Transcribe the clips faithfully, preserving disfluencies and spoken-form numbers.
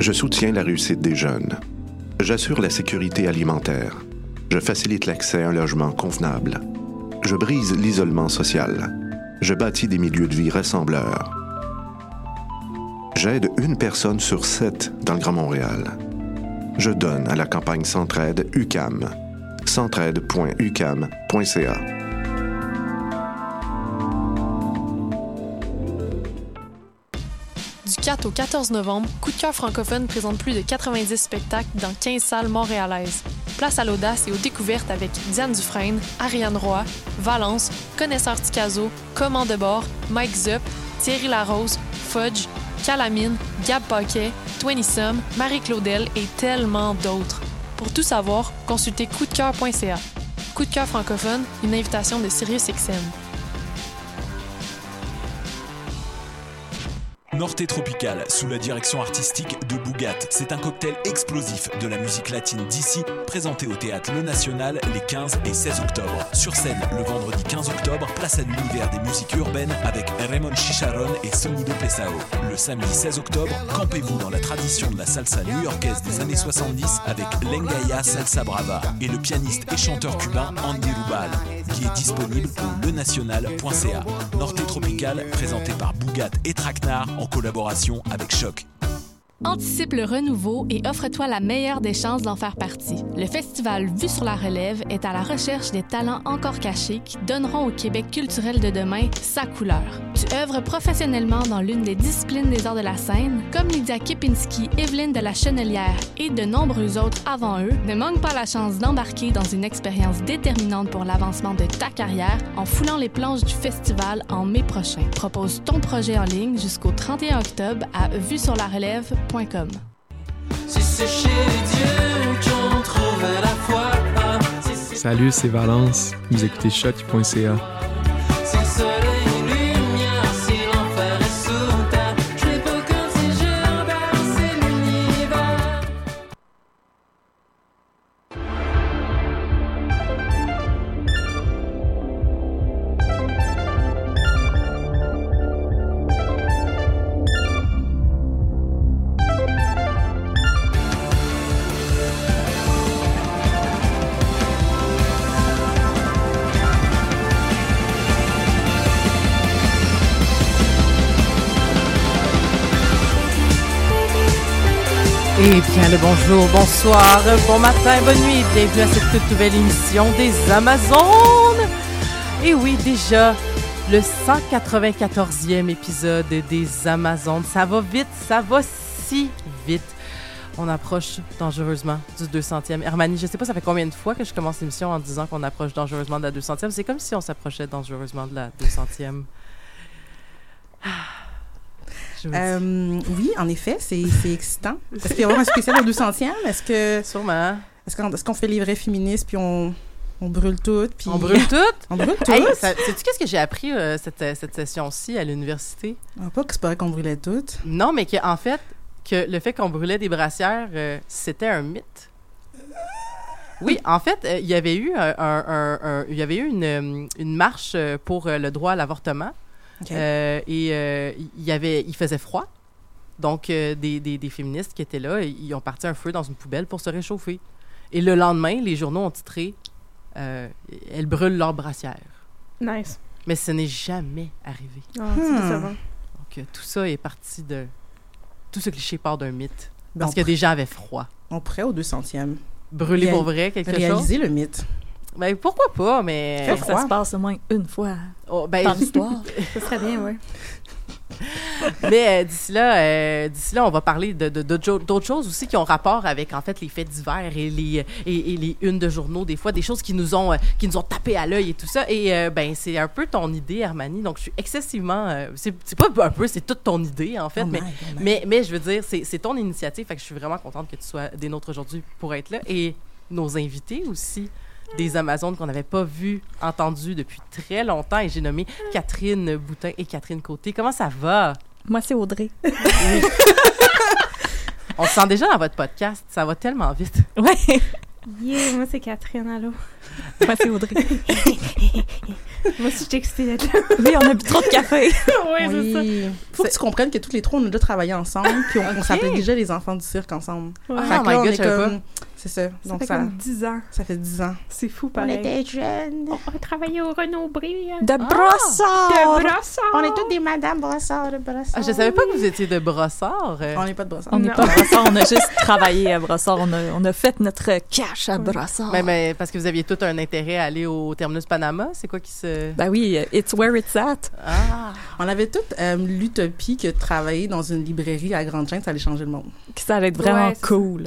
Je soutiens la réussite des jeunes. J'assure la sécurité alimentaire. Je facilite l'accès à un logement convenable. Je brise l'isolement social. Je bâtis des milieux de vie rassembleurs. J'aide une personne sur sept dans le Grand Montréal. Je donne à la campagne Centraide U Q A M. centraide point u q a m point c a. Du quatre au quatorze novembre, Coup de cœur francophone présente plus de quatre-vingt-dix spectacles dans quinze salles montréalaises. Place à l'audace et aux découvertes avec Diane Dufresne, Ariane Roy, Valence, Connaisseur Ticazo, Commande de bord, Mike Zup, Thierry Larose, Fudge, Calamine, Gab Paquet, Twenty Some, Marie-Claudel et tellement d'autres. Pour tout savoir, consultez coup de cœur point c a. Coup de cœur francophone, une invitation de Sirius X M. Norte Tropical, sous la direction artistique de Bougat. C'est un cocktail explosif de la musique latine d'ici, présenté au Théâtre Le National les quinze et seize octobre. Sur scène, le vendredi quinze octobre, place à l'univers des musiques urbaines avec Raymond Chicharron et Sonido Pesao. Le samedi seize octobre, campez-vous dans la tradition de la salsa new-yorkaise des années soixante-dix avec Lengaya Salsa Brava et le pianiste et chanteur cubain Andy Rubal, qui est disponible au lenational point c a. Norte Tropical, présenté par Bougat et Traquenard, en collaboration avec Choc. Anticipe le renouveau et offre-toi la meilleure des chances d'en faire partie. Le festival Vue sur la relève est à la recherche des talents encore cachés qui donneront au Québec culturel de demain sa couleur. Tu œuvres professionnellement dans l'une des disciplines des arts de la scène, comme Lydia Kipinski, Evelyne de la Chenelière et de nombreux autres avant eux. Ne manque pas la chance d'embarquer dans une expérience déterminante pour l'avancement de ta carrière en foulant les planches du festival en mai prochain. Propose ton projet en ligne jusqu'au trente et un octobre à vue sur la relève point com. Si c'est chez les dieux qu'on trouve la foi. Si c'est... Salut, c'est Valence. Vous écoutez choc point c a. Si le soleil est lumière, si l'enfer est sous terre, je n'ai pas comme si je renversais l'univers. Eh bien, le bonjour, bonsoir, bon matin, bonne nuit, bienvenue à cette toute nouvelle émission des Amazones. Et oui, déjà, le cent quatre-vingt-quatorzième épisode des Amazones. Ça va vite, ça va si vite. On approche dangereusement du deux centième. Hermanie, je sais pas, ça fait combien de fois que je commence l'émission en disant qu'on approche dangereusement de la deux centième. C'est comme si on s'approchait dangereusement de la deux centième. Ah. Euh, oui, en effet, c'est, c'est excitant. Est-ce qu'il y aura un spécial au deux centième? Est-ce que... Sûrement. Est-ce qu'on, est-ce qu'on fait les vrais féministes, puis on, on brûle tout? Puis... On brûle tout? On brûle tout? Hey, ça, sais-tu qu'est-ce que j'ai appris euh, cette, cette session-ci à l'université? Ah, pas que c'est pas vrai qu'on brûlait tout. Non, mais qu'en fait, que le fait qu'on brûlait des brassières, euh, c'était un mythe. Oui, en fait, euh, il y avait eu, un, un, un, un, il y avait eu une, une marche pour le droit à l'avortement. Okay. Euh, et euh, il y avait, il faisait froid, donc euh, des, des, des féministes qui étaient là, ils ont parti un feu dans une poubelle pour se réchauffer. Et le lendemain, les journaux ont titré euh, « Elles brûlent leurs brassières ». Nice. Mais ce n'est jamais arrivé. Oh, c'est hmm. décevant. Donc euh, tout ça est parti de... Tout ce cliché part d'un mythe. Ben, parce que des gens avaient froid. On pourrait au deux centième. Brûler Réal... pour vrai, quelque réaliser chose? Réaliser le mythe. Ben, pourquoi pas, mais... Faut que ça se passe au moins une fois oh, ben... dans l'histoire. Ça serait bien, oui. Mais euh, d'ici là, euh, d'ici là, on va parler de, de, de, d'autres choses aussi qui ont rapport avec, en fait, les faits divers et les, et, et les unes de journaux, des fois, des choses qui nous ont, euh, qui nous ont tapé à l'œil et tout ça. Et euh, ben, c'est un peu ton idée, Hermanie. Donc, je suis excessivement... Euh, c'est, c'est pas un peu, c'est toute ton idée, en fait. Oh mais, my, oh my. mais, mais je veux dire, c'est, c'est ton initiative. Fait que je suis vraiment contente que tu sois des nôtres aujourd'hui pour être là. Et nos invités aussi. Des Amazones qu'on n'avait pas vues, entendues depuis très longtemps. Et j'ai nommé Catherine Boutin et Catherine Côté. Comment ça va? Moi, c'est Audrey. Oui. On se sent déjà dans votre podcast. Ça va tellement vite. Oui. Yeah, moi, c'est Catherine, allô. Moi, c'est Audrey. Moi aussi, je suis excitée d'être là. Oui, on a bu trop de café. Oui, c'est ça. Oui. Faut que tu comprennes que tous les trois, on a déjà travaillé ensemble, puis on, on s'appelait déjà les enfants du cirque ensemble. Ouais. Fait Oh que my là, on God, est je savais comme... C'est ça. Ça Donc fait ça, comme dix ans. ça fait dix ans. C'est fou, pareil. jeunes. On a travaillé au Renaud-Bré. hein. De brossard. De Brassard. On est toutes des madames brossard de brossard. Ah, je savais pas que vous étiez de Brossard. euh. On n'est pas de brossard. On n'est Non. pas brossard, on a juste travaillé à brossard. On a, on a fait notre cash à brossard. Mais, mais parce que vous aviez tout un intérêt à aller au Terminus Panama, c'est quoi qui se... Ben oui, it's where it's at. Ah! On avait toute euh, l'utopie que travailler dans une librairie à grande chaîne, ça allait changer le monde. Que ça allait être vraiment Ouais, c'est cool.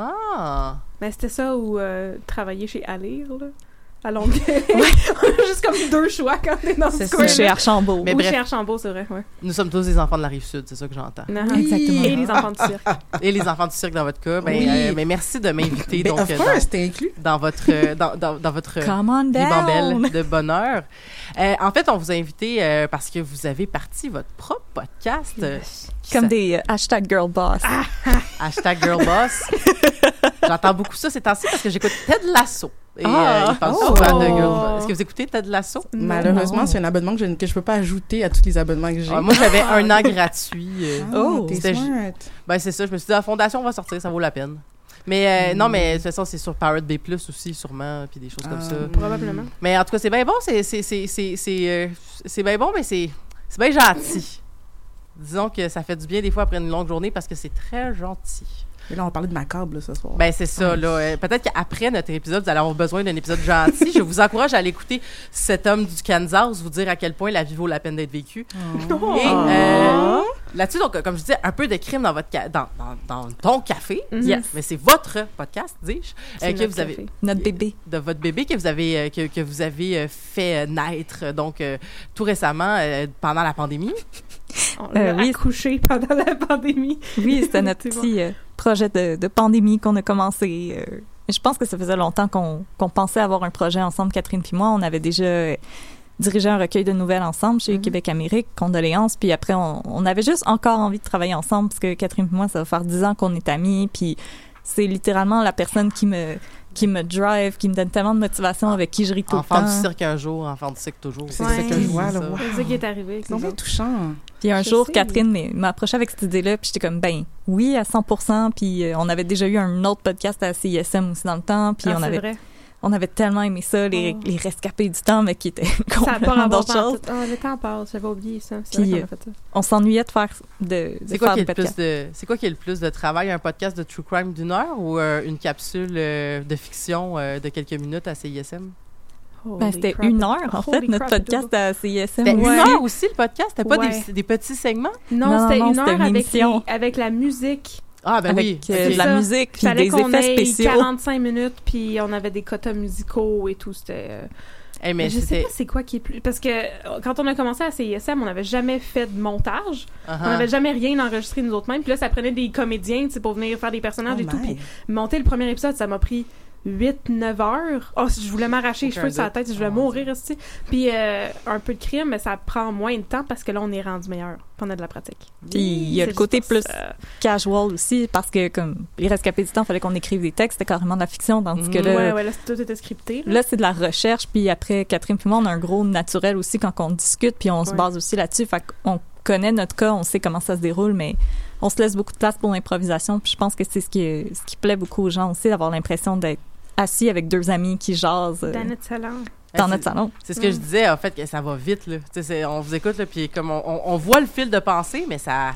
Ah! Mais c'était ça ou euh, travailler chez Alire, là. À Longueuil. On a juste comme deux choix quand t'es dans ce C'est coin. ça. Chez Archambault. Mais Ou bref. chez Archambault, c'est vrai, ouais. Nous sommes tous des enfants de la Rive-Sud, c'est ça que j'entends. Non. Exactement. Et les enfants du cirque. Et les enfants du cirque dans votre cas. Ben, Oui. euh, mais merci de m'inviter Ben, donc of euh, course, t'es inclus. dans, dans votre euh, dans, dans, dans votre Come on down. ribambelle de bonheur. Euh, en fait, on vous a invité euh, parce que vous avez parti votre propre podcast. euh, qui Comme s'a- des euh, hashtag girl boss. Hashtag Girlboss. J'entends beaucoup ça ces temps-ci parce que j'écoute Ted Lasso. Et Ah. euh, il parle Oh. souvent de Girlboss. Est-ce que vous écoutez Ted Lasso? Malheureusement, Non. c'est un abonnement que je, ne- que je peux pas ajouter à tous les abonnements que j'ai. Ah, moi, j'avais un an gratuit. euh, Ah, Oh. t'es C'était- smart. Ben, c'est ça. Je me suis dit, la fondation va sortir, ça vaut la peine. Mais euh, non, mais de toute façon, c'est sur Pirate Bay Plus aussi, sûrement, puis des choses comme Ah. ça. Probablement. Mais en tout cas, c'est bien bon. C'est, c'est, c'est, c'est, c'est, euh, c'est bien bon, mais c'est, c'est bien gentil. Disons que ça fait du bien des fois après une longue journée parce que c'est très gentil. Et là, on parlait de macabre là, ce soir. Ben, c'est ça, Ouais. là. Euh, peut-être qu'après notre épisode, vous allez avoir besoin d'un épisode gentil. Je vous encourage à aller écouter Cet homme du Kansas, vous dire à quel point la vie vaut la peine d'être vécue. Oh. Et euh, là-dessus, donc, comme je disais, un peu de crime dans votre ca- dans, dans, dans ton café. Mhm. Yes. Mais c'est votre podcast, dis-je, C'est euh, que notre vous avez café. Notre bébé. de votre bébé que vous avez euh, que, que vous avez euh, fait euh, naître euh, donc euh, tout récemment euh, pendant la pandémie. On Euh, l'a oui. accouché pendant la pandémie. Oui, c'était notre C'est bon. petit euh, projet de, de pandémie qu'on a commencé. euh, je pense que ça faisait longtemps qu'on qu'on pensait avoir un projet ensemble, Catherine puis moi. On avait déjà euh, dirigé un recueil de nouvelles ensemble chez Mhm. Québec Amérique, Condoléances. Puis après, on, on avait juste encore envie de travailler ensemble parce que Catherine puis moi, ça va faire dix ans qu'on est amis. Puis c'est littéralement la personne qui me qui me drive, qui me donne tellement de motivation, avec qui je ris tout Enfant le du temps. cirque un jour, enfant du cirque toujours. C'est Ouais. ça que je vois, là. Ça. Wow. C'est ça qui est arrivé. C'est vraiment touchant. Puis un Je jour, sais. Catherine m'a- m'a approché avec cette idée-là, puis j'étais comme, ben oui, à cent pour cent. Puis euh, on avait déjà eu un autre podcast à C I S M aussi dans le temps, puis Ah, on c'est avait vrai. on avait tellement aimé ça, les, Oh. les rescapés du temps, mais qui étaient Ça a pas complètement rapport d'autres choses. Ah, le temps passe, j'avais oublié ça. C'est Puis, vrai qu'on euh, a fait ça. On s'ennuyait de faire de, de C'est quoi, faire qui est des le plus podcasts. de, c'est quoi qui est le plus de travail, un podcast de true crime d'une heure ou euh, une capsule euh, de fiction euh, de quelques minutes à C I S M? Ben, Holy c'était crap. une heure, en fait, Holy notre crap, podcast à C I S M. C'était Ouais. une heure aussi le podcast? C'était pas Ouais. des, des petits segments? Non, Non, c'était non, une c'était heure une avec, émission. les- avec la musique. Ah, ben Avec oui. euh, C'est de la ça. musique, puis Fallait des qu'on effets ait spéciaux. quarante-cinq minutes, puis on avait des quotas musicaux et tout. C'était. euh, Hey, mais Mais je sais c'était... pas c'est quoi qui est plus. Parce que euh, quand on a commencé à C I S M, on n'avait jamais fait de montage. Uh-huh. On n'avait jamais rien enregistré nous autres mêmes. Puis là, ça prenait des comédiens, tu sais, pour venir faire des personnages Oh et tout. my. Puis monter le premier épisode, ça m'a pris huit neuf heures. Oh, si je voulais m'arracher les Aucun cheveux sur la doute. tête, si je voulais Oh, mourir, aussi. Puis euh, un peu de crime, mais ça prend moins de temps parce que là, on est rendu meilleur. Puis on a de la pratique. Puis il y a C'est le côté juste plus pour ça. casual aussi, parce que comme les rescapés du temps, il fallait qu'on écrive des textes, c'était carrément de la fiction, tandis que Mhm. là, Ouais, ouais, là, tout était scripté. Là. là, c'est de la recherche, puis après, Catherine puis moi, on a un gros naturel aussi quand on discute, puis on se Ouais. base aussi là-dessus, fait qu'on connaît notre cas, on sait comment ça se déroule, mais on se laisse beaucoup de place pour l'improvisation, puis je pense que c'est ce qui, ce qui plaît beaucoup aux gens aussi, d'avoir l'impression d'être assis avec deux amis qui jasent euh, Dans notre salon. dans c'est- notre salon. C'est ce que Mm. je disais, en fait, que ça va vite, là. Tu sais, c'est- on vous écoute, là, puis comme on, on, on voit le fil de pensée, mais ça...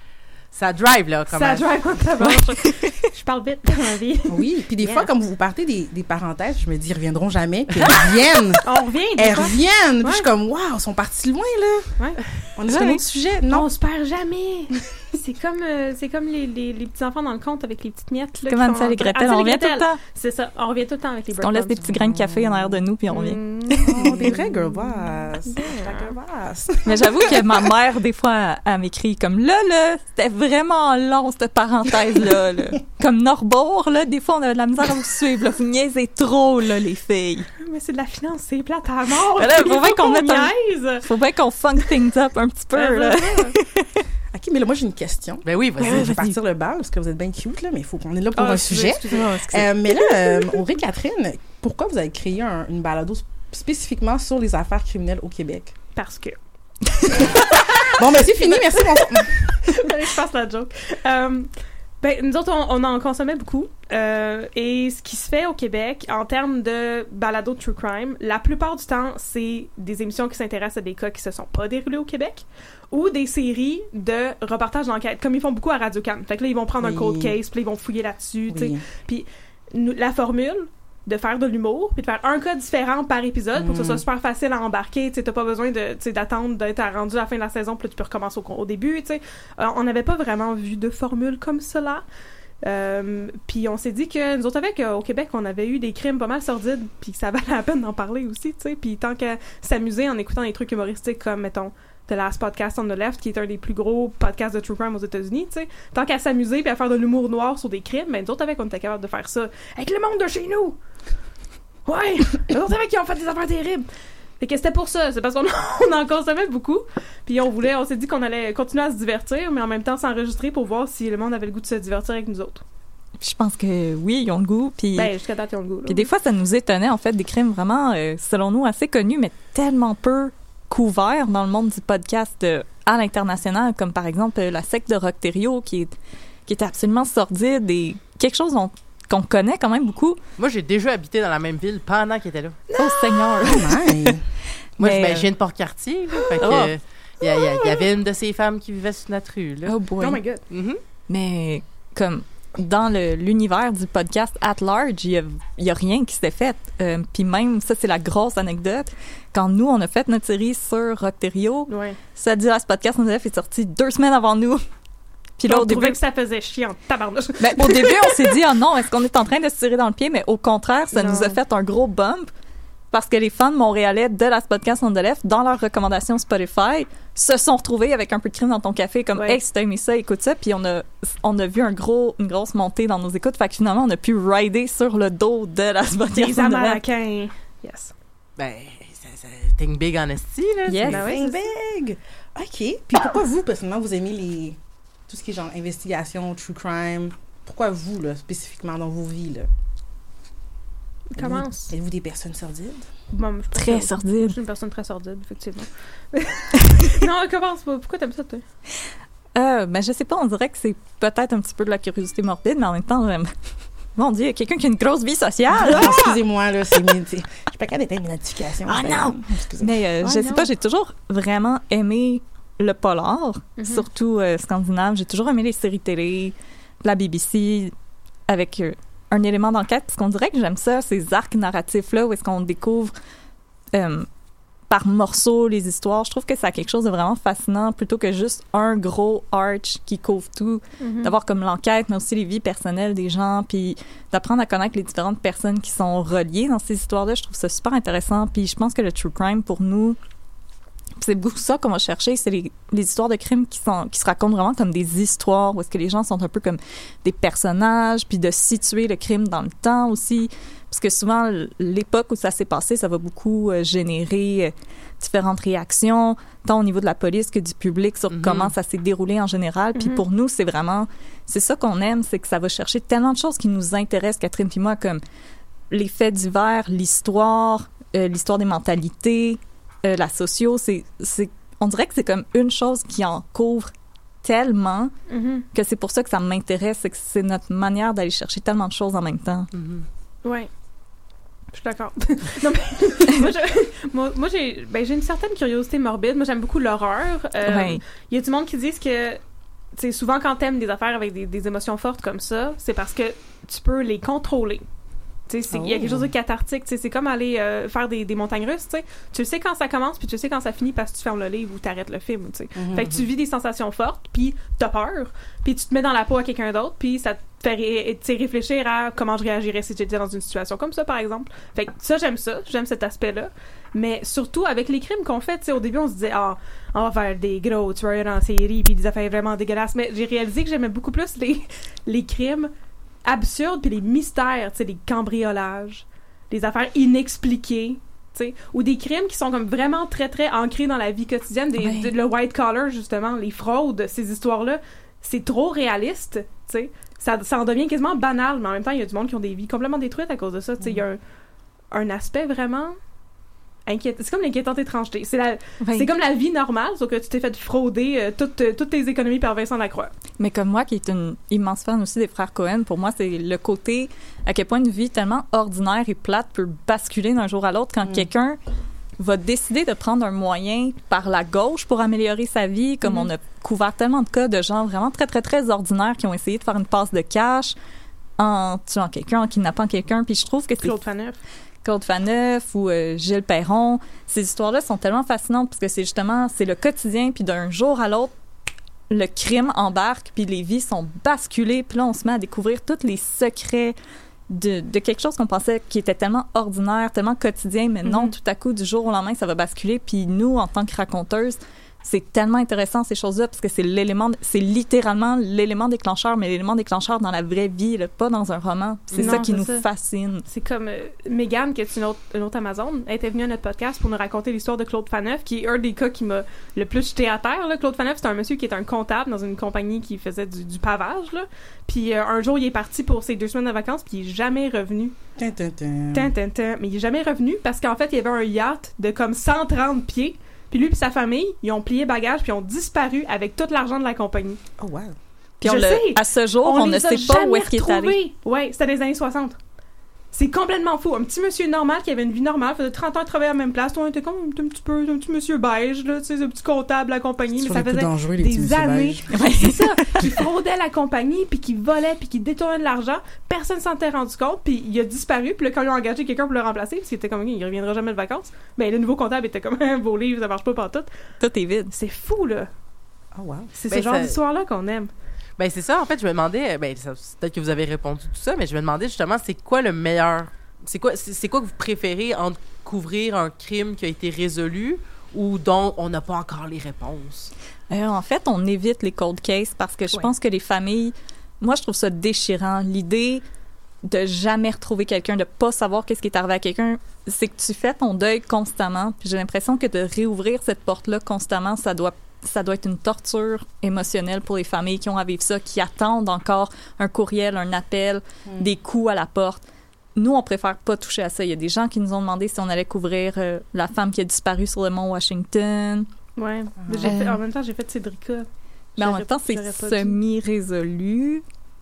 Ça drive, là, comme... Ça drive en tabarnak. Je parle vite dans ma vie. Oui, puis des Yeah. fois, comme vous partez des, des parenthèses, je me dis, ils reviendront jamais, puis elles reviennent. On revient, des Elles fois. reviennent. Puis Ouais. je suis comme, waouh, ils sont partis loin, là. Ouais. On est sur un Ouais. autre sujet. Non, Non. on se perd jamais. c'est comme, euh, c'est comme les, les, les petits enfants dans le conte avec les petites miettes. Là, Comme qui Hansel sont- et Gretel, Hansel on et revient tout le Gretel. temps. C'est ça, on revient tout le temps avec les On laisse des breadcrumbs. petits grains de café en arrière de nous, puis on revient. Mm. Oh, des vrais girl boss. La girl boss. Mais j'avoue que ma mère, des fois, elle, elle m'écrit comme là, là, c'était vraiment long, cette parenthèse-là. Là. Comme Norbourg, là, des fois, on avait de la misère à vous suivre. Là. Vous niaisez trop, là, les filles. Mais c'est de la finance, c'est plate à mort. Mais là, faut bien qu'on mette un- niaise. Faut bien qu'on funk things up un petit peu, Ah, là. c'est ça. OK, mais là, moi, j'ai une question. Ben oui, vas-y. Euh, je vais partir le bal, parce que vous êtes bien cute, là, mais il faut qu'on est là pour Ah, un excusez, sujet. excusez. Oh, excusez. Euh, mais là, euh, Audrey Catherine, pourquoi vous avez créé un- une balado sp- spécifiquement sur les affaires criminelles au Québec? Parce que. Bon, ben c'est fini, merci, bonsoir. Fallait que je fasse la joke. Euh, ben, nous autres, on, on en consommait beaucoup. Euh, et ce qui se fait au Québec, en termes de balado true crime, la plupart du temps, c'est des émissions qui s'intéressent à des cas qui se sont pas déroulés au Québec ou des séries de reportages d'enquête, comme ils font beaucoup à Radio-Can. Fait que là, ils vont prendre Oui. un cold case, puis là, ils vont fouiller là-dessus, tu sais. Oui. Puis nous- la formule de faire de l'humour, puis de faire un cas différent par épisode pour que ce soit Mm. super facile à embarquer. Tu sais, t'as pas besoin de, tu sais, d'attendre d'être rendu à la fin de la saison, puis là, tu peux recommencer au, au début, tu sais. Euh, on n'avait pas vraiment vu de formule comme cela. Euh, puis on s'est dit que nous autres, avec euh, au Québec, on avait eu des crimes pas mal sordides, puis que ça valait la peine d'en parler aussi, tu sais. Puis tant qu'à s'amuser en écoutant des trucs humoristiques comme, mettons, The Last Podcast on the Left, qui est un des plus gros podcasts de true crime aux États-Unis, tu sais. Tant qu'à s'amuser puis à faire de l'humour noir sur des crimes, ben nous autres, avec, on était capable de faire ça avec le monde de chez nous. Ouais! Nous autres, avec, qui ont fait des affaires terribles. Fait que c'était pour ça, c'est parce qu'on on en consommait beaucoup, puis on voulait, on s'est dit qu'on allait continuer à se divertir, mais en même temps s'enregistrer pour voir si le monde avait le goût de se divertir avec nous autres. Puis je pense que oui, ils ont le goût. Puis, Ben, jusqu'à date, ils ont le goût, là. puis des fois, ça nous étonnait, en fait, des crimes vraiment, euh, selon nous, assez connus, mais tellement peu couverts dans le monde du podcast euh, à l'international, comme par exemple euh, la secte de Rock-Terrio, qui est, qui était absolument sordide et quelque chose dont- qu'on connaît quand même beaucoup. Moi, j'ai déjà habité dans la même ville pendant qu'il était là. Oh Seigneur! Ouais. Moi, Mais, je, ben, euh, je viens de Port-Cartier, là, fait que... Oh. euh, Il y, a- il y a- il y avait une de ces femmes qui vivait sur notre rue, là. Oh boy! Oh my god. Mhm. Mais comme dans le- l'univers du podcast at large, il y a, il y a rien qui s'est fait. Euh, Puis même, ça c'est la grosse anecdote, quand nous, on a fait notre série sur Rock-Terrio, Ouais. ça dit, ce podcast on est sorti deux semaines avant nous. Puis là, on au début, trouvait que ça faisait chier en tabarnouche. ben, au début, on s'est dit, oh non, est-ce qu'on est en train de se tirer dans le pied? Mais au contraire, ça Non. nous a fait un gros bump parce que les fans montréalais de la Podcast on the Left, dans leurs recommandations Spotify, se sont retrouvés avec un peu de crime dans ton café, comme, Ouais. hey, si t'as aimé ça, écoute ça. Puis on a, on a vu un gros, une grosse montée dans nos écoutes. Fait que finalement, on a pu rider sur le dos de la Podcast Des on the Left. Américains. Yes. Ben, ça, ça think big en esti, là. Yes. c'est- Ben ouais, Bing, c'est big! OK. Puis pourquoi vous, personnellement, vous aimez les... tout ce qui est genre investigation, true crime? Pourquoi vous, là, spécifiquement dans vos vies, là? Commence. Êtes-vous des personnes sordides? Bon, je pense Très que- Je sordide. suis une personne très sordide, effectivement. Non, commence pas. Pourquoi t'aimes ça, toi? Euh, ben, je sais pas, on dirait que c'est peut-être un petit peu de la curiosité morbide, mais en même temps, j'aime. Mon Dieu, quelqu'un qui a une grosse vie sociale! Ah, excusez-moi, là, c'est mes... Je suis pas capable d'éteindre mes notifications. Ah c'est- non! Excusez. Mais euh, Oh je sais non. pas, j'ai toujours vraiment aimé le polar, Mhm. surtout euh, scandinave. J'ai toujours aimé les séries télé, la B B C, avec euh, un élément d'enquête, parce qu'on dirait que j'aime ça, ces arcs narratifs-là, où est-ce qu'on découvre euh, par morceaux les histoires. Je trouve que ça a quelque chose de vraiment fascinant, plutôt que juste un gros arch qui couvre tout. Mhm. D'avoir comme l'enquête, mais aussi les vies personnelles des gens, puis d'apprendre à connaître les différentes personnes qui sont reliées dans ces histoires-là. Je trouve ça super intéressant. Puis je pense que le true crime, pour nous, c'est beaucoup ça qu'on va chercher, c'est les, les histoires de crimes qui, sont, qui se racontent vraiment comme des histoires, où est-ce que les gens sont un peu comme des personnages, puis de situer le crime dans le temps aussi. Parce que souvent, l'époque où ça s'est passé, ça va beaucoup euh, générer euh, différentes réactions, tant au niveau de la police que du public, sur Mhm. comment ça s'est déroulé en général. Puis Mhm. pour nous, c'est vraiment... C'est ça qu'on aime, c'est que ça va chercher tellement de choses qui nous intéressent, Catherine puis moi, comme les faits divers, l'histoire, euh, l'histoire des mentalités, euh, la socio. C'est, c'est, on dirait que c'est comme une chose qui en couvre tellement Mhm. que c'est pour ça que ça m'intéresse, c'est que c'est notre manière d'aller chercher tellement de choses en même temps. Mhm. Ouais. Je suis d'accord. Non, mais moi, je- moi, moi, j'ai, ben, j'ai une certaine curiosité morbide. Moi, j'aime beaucoup l'horreur. Euh, Ouais. Il y a du monde qui disent que, tu sais, souvent quand t'aimes des affaires avec des, des émotions fortes comme ça, c'est parce que tu peux les contrôler. Tu sais, c'est- il y a quelque chose de cathartique. Tu sais, c'est comme aller euh, faire des, des montagnes russes, tu sais. Tu sais quand ça commence, puis tu sais quand ça finit parce que tu fermes le livre ou t'arrêtes le film, tu sais. Mhm. Fait que tu vis des sensations fortes, puis t'as peur, puis tu te mets dans la peau à quelqu'un d'autre, puis ça te fait ré- tu sais, réfléchir à comment je réagirais si j'étais dans une situation comme ça, par exemple. Fait que ça, j'aime ça, j'aime cet aspect-là. Mais surtout, avec les crimes qu'on fait, tu sais, au début, on se disait, ah, on va faire des gros tueurs en série, puis des affaires vraiment dégueulasses. Mais j'ai réalisé que j'aimais beaucoup plus les, les crimes absurdes, puis les mystères, tu sais, les cambriolages, les affaires inexpliquées. tu sais, ou des crimes qui sont comme vraiment très très ancrés dans la vie quotidienne, des, Ouais. de- le white collar justement, les fraudes, ces histoires-là, c'est trop réaliste, tu sais, ça, ça en devient quasiment banal, mais en même temps il y a du monde qui ont des vies complètement détruites à cause de ça, tu sais, il y a un, un aspect vraiment inquiétant, c'est comme l'inquiétante étrangeté, c'est la, Ouais. c'est comme la vie normale, sauf que tu t'es fait frauder euh, toutes, euh, toutes tes économies par Vincent Lacroix. Mais comme moi, qui est une immense fan aussi des frères Cohen, pour moi, c'est le côté à quel point une vie tellement ordinaire et plate peut basculer d'un jour à l'autre quand Mm. quelqu'un va décider de prendre un moyen par la gauche pour améliorer sa vie, comme Mhm. on a couvert tellement de cas de gens vraiment très, très, très ordinaires qui ont essayé de faire une passe de cash en tuant quelqu'un, en kidnappant quelqu'un, puis je trouve que c'est... Claude Faneuf. Claude Faneuf ou euh, Gilles Perron, ces histoires-là sont tellement fascinantes parce que c'est justement, c'est le quotidien, puis d'un jour à l'autre, le crime embarque, puis les vies sont basculées, puis là, on se met à découvrir tous les secrets de, de quelque chose qu'on pensait qui était tellement ordinaire, tellement quotidien, mais non, Mhm. tout à coup, du jour au lendemain, ça va basculer, puis nous, en tant que raconteuses, c'est tellement intéressant, ces choses-là, parce que c'est l'élément, c'est littéralement l'élément déclencheur, mais l'élément déclencheur dans la vraie vie, là, pas dans un roman. C'est Non, ça qui c'est nous ça. fascine. C'est comme euh, Mégane, qui est une autre, une autre Amazone, elle était venue à notre podcast pour nous raconter l'histoire de Claude Faneuf, qui est un des cas qui m'a le plus jeté à terre. Là. Claude Faneuf, c'est un monsieur qui est un comptable dans une compagnie qui faisait du, du pavage. Là. Puis euh, un jour, il est parti pour ses deux semaines de vacances, puis il est jamais revenu. Tin, tin, tin. Tin, tin, tin. Mais il est jamais revenu parce qu'en fait, il y avait un yacht de comme cent trente pieds. Puis lui et sa famille, ils ont plié bagages puis ont disparu avec tout l'argent de la compagnie. Oh, wow. Puis on Je le- sais. à ce jour, on, ne les a sait pas où jamais est-ce qu'il est allé. retrouvés. Ouais, c'était des années soixante. C'est complètement fou. Un petit monsieur normal qui avait une vie normale, faisait trente ans de travailler à la même place. Toi, on était comme un petit peu un petit monsieur beige, là, tu sais, un petit comptable à la compagnie. C'est Mais sur ça les plus faisait dangereux, les petits des monsieur années. beiges. Ouais, c'est ça. Qui fraudait la compagnie, puis qui volait, puis qui détournait de l'argent. Personne s'en était rendu compte, puis il a disparu. Puis là, quand ils ont engagé quelqu'un pour le remplacer, parce qu'il était comme, il reviendra jamais de vacances, ben le nouveau comptable était comme, vos livres, ça marche pas partout. Tout est vide. C'est fou, là. Oh, wow. C'est Ben, ce genre ça- d'histoire-là qu'on aime. Ben c'est ça, en fait, je me demandais, ben ça- peut-être que vous avez répondu tout ça, mais je me demandais justement, c'est quoi le meilleur, c'est quoi, c'est, c'est quoi que vous préférez entre couvrir un crime qui a été résolu ou dont on n'a pas encore les réponses? Euh, en fait, on évite les cold cases parce que je Ouais. pense que les familles, moi, je trouve ça déchirant. L'idée de jamais retrouver quelqu'un, de pas savoir qu'est-ce qui est arrivé à quelqu'un, c'est que tu fais ton deuil constamment. Puis j'ai l'impression que de réouvrir cette porte-là constamment, ça doit ça doit être une torture émotionnelle pour les familles qui ont à vivre ça, qui attendent encore un courriel, un appel, Mm. des coups à la porte. Nous, on préfère pas toucher à ça. Il y a des gens qui nous ont demandé si on allait couvrir euh, la femme qui a disparu sur le mont Washington. Ouais. Mais j'ai Euh. fait, en même temps, j'ai fait Cédrica. Mais en J'aurais- même temps, c'est j'aurais pas dû. semi-résolu.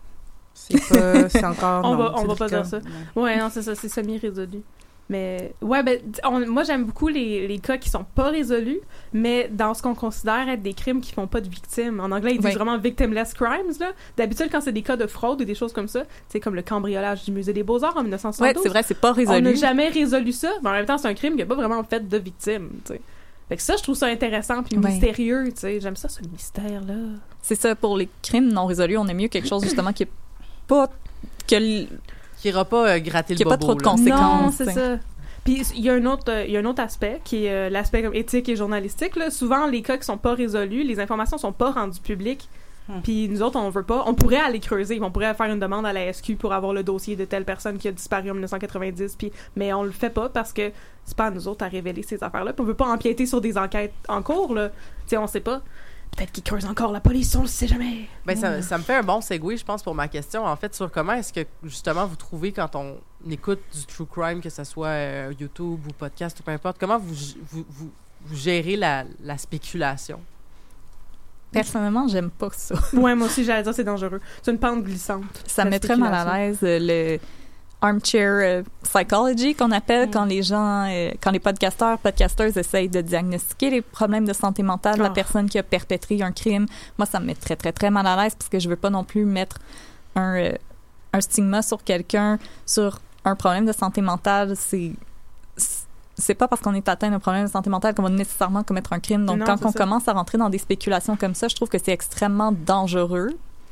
C'est pas... C'est encore... On non, va- on c'est va pas le cas. dire ça. Ouais. Ouais, non, c'est ça, c'est semi-résolu. Mais, ouais, ben, d- on- moi, j'aime beaucoup les, les cas qui sont pas résolus, mais dans ce qu'on considère être des crimes qui font pas de victimes. En anglais, ils disent Ouais. vraiment victimless crimes, là. D'habitude, quand c'est des cas de fraude ou des choses comme ça, c'est comme le cambriolage du Musée des Beaux-Arts en dix-neuf cent Ouais, soixante-douze. c'est vrai, c'est pas On résolu. n'a jamais résolu ça, mais en même temps, c'est un crime qui n'a pas vraiment fait de victime, tu sais. Fait que ça, je trouve ça intéressant puis Ouais. mystérieux, tu sais. J'aime ça, ce mystère-là. C'est ça, pour les crimes non résolus, on aime mieux quelque chose justement qui est pas que l- Qui n'ira pas euh, gratter Qu'il le y a pas bobo, trop de là. conséquences. Non, c'est t'sais. ça. Puis il y a un autre euh, il y a un autre aspect qui est euh, l'aspect comme éthique et journalistique là. Souvent les cas qui sont pas résolus, les informations sont pas rendues publiques. Hmm. Puis nous autres on veut pas, on pourrait aller creuser, on pourrait faire une demande à la S Q pour avoir le dossier de telle personne qui a disparu en dix-neuf cent quatre-vingt-dix puis mais on le fait pas parce que c'est pas à nous autres à révéler ces affaires-là. Puis on veut pas empiéter sur des enquêtes en cours là. Tu sais on sait pas. Peut-être qu'ils creusent encore la police, on le sait jamais. Ben, ça, ça me fait un bon segue, je pense, pour ma question, en fait, sur comment est-ce que, justement, vous trouvez, quand on écoute du true crime, que ce soit euh, YouTube ou podcast ou peu importe, comment vous, vous, vous, vous gérez la, la spéculation? personnellement, j'aime pas ça. Ouais, moi aussi j'allais dire c'est dangereux. C'est une pente glissante. Ça La me met très mal à spéculation. l'aise euh, le armchair euh, psychology qu'on appelle Mm. quand les gens, euh, quand les podcasteurs, podcasteuses essayent de diagnostiquer les problèmes de santé mentale de la Oh. personne qui a perpétré un crime. Moi, ça me met très, très, très mal à l'aise parce que je veux pas non plus mettre un, euh, un stigma sur quelqu'un, sur un problème de santé mentale. C'est c'est pas parce qu'on est atteint d'un problème de santé mentale qu'on va nécessairement commettre un crime. Donc, Non, quand c'est on ça. commence à rentrer dans des spéculations comme ça, je trouve que c'est extrêmement dangereux.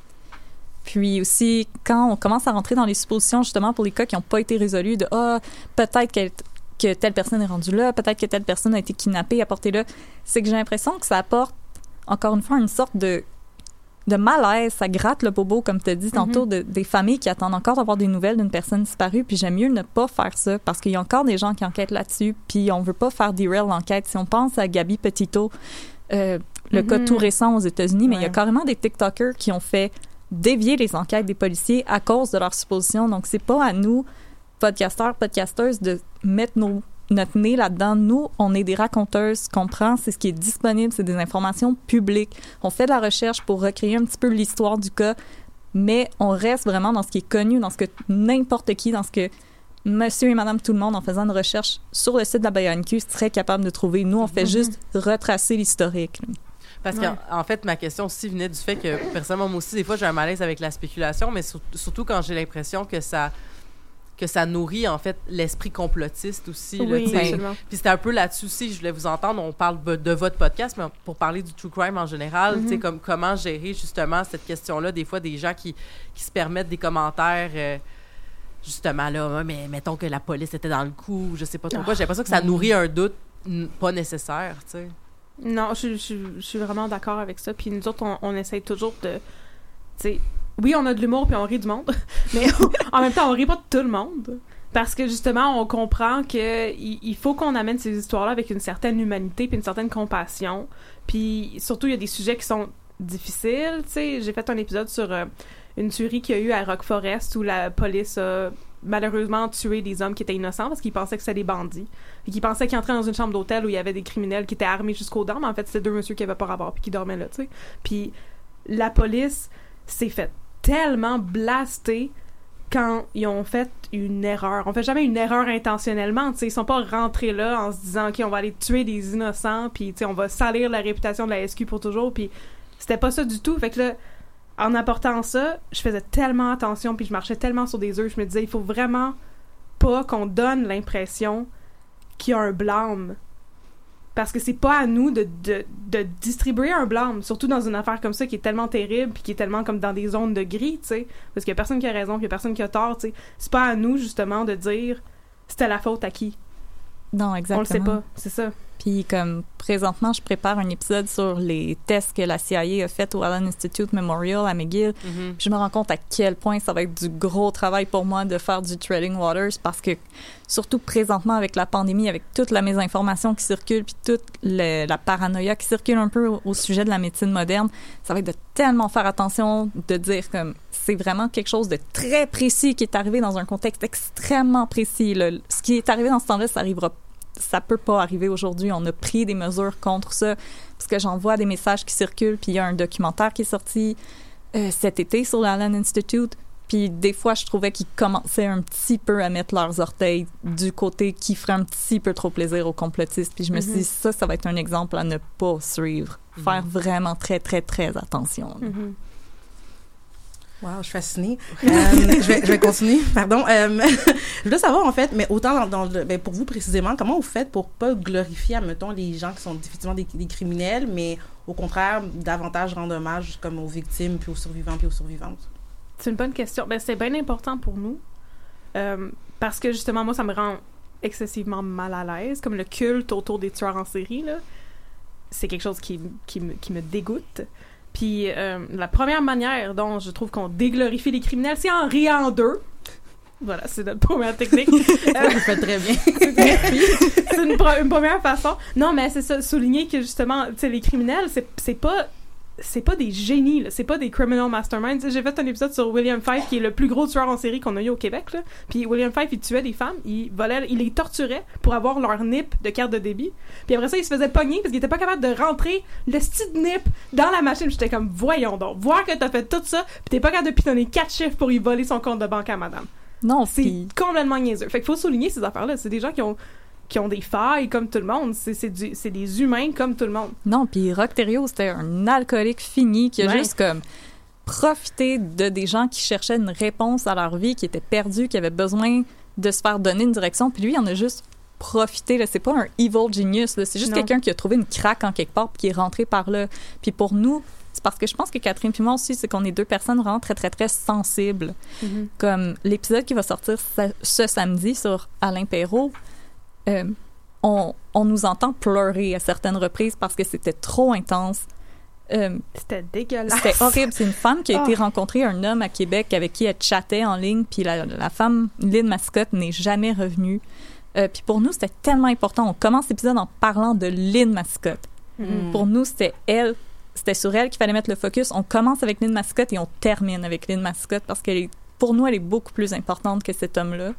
Puis aussi, quand on commence à rentrer dans les suppositions, justement, pour les cas qui n'ont pas été résolus, de « Ah, peut-être que, que telle personne est rendue là, peut-être que telle personne a été kidnappée, apportée là », c'est que j'ai l'impression que ça apporte, encore une fois, une sorte de de malaise, ça gratte le bobo, comme tu as dit tantôt, Mm-hmm. de, des familles qui attendent encore d'avoir des nouvelles d'une personne disparue, puis j'aime mieux ne pas faire ça, parce qu'il y a encore des gens qui enquêtent là-dessus, puis on veut pas faire derail l'enquête. Si on pense à Gabi Petito, euh, le Mm-hmm. cas tout récent aux États-Unis, mais il y a Ouais. carrément des TikTokers qui ont fait dévier les enquêtes des policiers à cause de leurs suppositions. Donc, c'est pas à nous, podcasteurs, podcasteuses, de mettre nos, notre nez là-dedans. Nous, on est des raconteuses. Ce qu'on prend, c'est ce qui est disponible, c'est des informations publiques. On fait de la recherche pour recréer un petit peu l'histoire du cas, mais on reste vraiment dans ce qui est connu, dans ce que n'importe qui, dans ce que monsieur et madame tout le monde, en faisant une recherche sur le site de la B A N Q, serait capable de trouver. Nous, on fait juste retracer l'historique. là. Parce Ouais. qu'en en fait, ma question aussi venait du fait que, personnellement, moi aussi, des fois, j'ai un malaise avec la spéculation, mais sur- surtout quand j'ai l'impression que ça que ça nourrit, en fait, l'esprit complotiste aussi. là, Oui, tu sais. absolument. Puis c'était un peu là-dessus aussi, je voulais vous entendre, on parle de de votre podcast, mais pour parler du true crime en général, tu sais, Mhm. comme, comment gérer justement cette question-là, des fois, des gens qui, qui se permettent des commentaires... euh, justement, là, ouais, mais mettons que la police était dans le coup, je sais pas trop quoi. J'ai l'impression que ça nourrit un doute n- pas nécessaire, tu sais. Non, je, je, je suis vraiment d'accord avec ça. Puis nous autres, on, on essaye toujours de... Tu sais, oui, on a de l'humour puis on rit du monde, mais on- en même temps, on rit pas de tout le monde. Parce que justement, on comprend que il, il faut qu'on amène ces histoires-là avec une certaine humanité puis une certaine compassion. Puis surtout, il y a des sujets qui sont difficiles. Tu sais, j'ai fait un épisode sur euh, une tuerie qu'il y a eu à Rock Forest où la police a malheureusement tué des hommes qui étaient innocents parce qu'ils pensaient que c'était des bandits. Puis qu'ils pensaient qu'ils entraient dans une chambre d'hôtel où il y avait des criminels qui étaient armés jusqu'aux dents, mais en fait, c'était deux messieurs qui avaient pas rapport puis qui dormaient là, tu sais. Puis la police s'est fait tellement blaster quand ils ont fait une erreur. On fait jamais une erreur intentionnellement, tu sais. Ils sont pas rentrés là en se disant, OK, on va aller tuer des innocents, puis, tu sais, on va salir la réputation de la S Q pour toujours, puis c'était pas ça du tout. Fait que là, en apportant ça, je faisais tellement attention, puis je marchais tellement sur des œufs, je me disais, il faut vraiment pas qu'on donne l'impression qu'il y a un blâme. Parce que c'est pas à nous de, de, de distribuer un blâme, surtout dans une affaire comme ça qui est tellement terrible puis qui est tellement comme dans des zones de gris, tu sais. Parce qu'il y a personne qui a raison puis il y a personne qui a tort, tu sais. C'est pas à nous, justement, de dire c'était la faute à qui. Non, exactement. On le sait pas, c'est ça. Puis comme présentement, je prépare un épisode sur les tests que la C I A a fait au Allen Institute Memorial à McGill. Mhm. Puis je me rends compte à quel point ça va être du gros travail pour moi de faire du Treading Waters parce que surtout présentement avec la pandémie, avec toute la mésinformation qui circule puis toute le- la paranoïa qui circule un peu au, au sujet de la médecine moderne, ça va être de tellement faire attention de dire comme c'est vraiment quelque chose de très précis qui est arrivé dans un contexte extrêmement précis. Là. Ce qui est arrivé dans ce temps-là, ça arrivera ça peut pas arriver aujourd'hui. On a pris des mesures contre ça parce que j'en vois des messages qui circulent puis il y a un documentaire qui est sorti euh, cet été sur l'Allen Institute puis des fois je trouvais qu'ils commençaient un petit peu à mettre leurs orteils du côté qui ferait un petit peu trop plaisir aux complotistes puis je me suis dit ça, ça va être un exemple à ne pas suivre. Faire vraiment très, très, très attention. là. Mhm. Wow, je suis fascinée. Euh, je, vais, je vais continuer, pardon. Euh, je voulais savoir, en fait, mais autant dans, dans le, ben, pour vous précisément, comment vous faites pour pas glorifier, admettons, les gens qui sont effectivement des, des criminels, mais au contraire, davantage rendre hommage comme aux victimes, puis aux survivants, puis aux survivantes? C'est une bonne question. Ben, c'est bien important pour nous. Euh, parce que justement, moi, ça me rend excessivement mal à l'aise. Comme le culte autour des tueurs en série, là. C'est quelque chose qui, qui, me, qui me dégoûte. Puis euh, la première manière dont je trouve qu'on déglorifie les criminels, c'est en riant d'eux. Voilà, c'est notre première technique. Vous faites très bien. C'est une, pro- une première façon. Non, mais c'est ça, souligner que justement, tu sais, les criminels, c'est, c'est pas... c'est pas des génies, là. C'est pas des criminal masterminds. J'ai fait un épisode sur William Fife, qui est le plus gros tueur en série qu'on a eu au Québec, là. Puis William Fife, il tuait des femmes, il volait, il les torturait pour avoir leur nip de carte de débit. Puis après ça, il se faisait pogner parce qu'il était pas capable de rentrer le style nip dans la machine. J'étais comme, voyons donc, voir que t'as fait tout ça, puis t'es pas capable de pitonner quatre chiffres pour y voler son compte de banque à madame. Non, C'est puis complètement niaiseux. Fait qu'il faut souligner ces affaires-là. C'est des gens qui ont qui ont des failles comme tout le monde. C'est, c'est, du, c'est des humains comme tout le monde. non, puis Rock Thériault, c'était un alcoolique fini qui a Ouais. juste comme profité de des gens qui cherchaient une réponse à leur vie, qui étaient perdus, qui avaient besoin de se faire donner une direction. Puis lui, il en a juste profité. Là. C'est pas un evil genius. Là. C'est juste Non. quelqu'un qui a trouvé une craque en quelque part puis qui est rentré par là. Puis pour nous, c'est parce que je pense que Catherine puis moi aussi, c'est qu'on est deux personnes vraiment très, très, très sensibles. Mm-hmm. Comme l'épisode qui va sortir ce, ce samedi sur Alain Perrault, euh, on, on nous entend pleurer à certaines reprises parce que c'était trop intense. Euh, C'était dégueulasse. C'était horrible. C'est une femme qui a Oh. été rencontrer un homme à Québec avec qui elle chattait en ligne, puis la, la femme, Lynn Mascotte, n'est jamais revenue. Euh, puis pour nous, c'était tellement important. On commence l'épisode en parlant de Lynn Mascotte. Mm. Pour nous, c'était elle, c'était sur elle qu'il fallait mettre le focus. On commence avec Lynn Mascotte et on termine avec Lynn Mascotte parce qu'elle est, pour nous, elle est beaucoup plus importante que cet homme-là.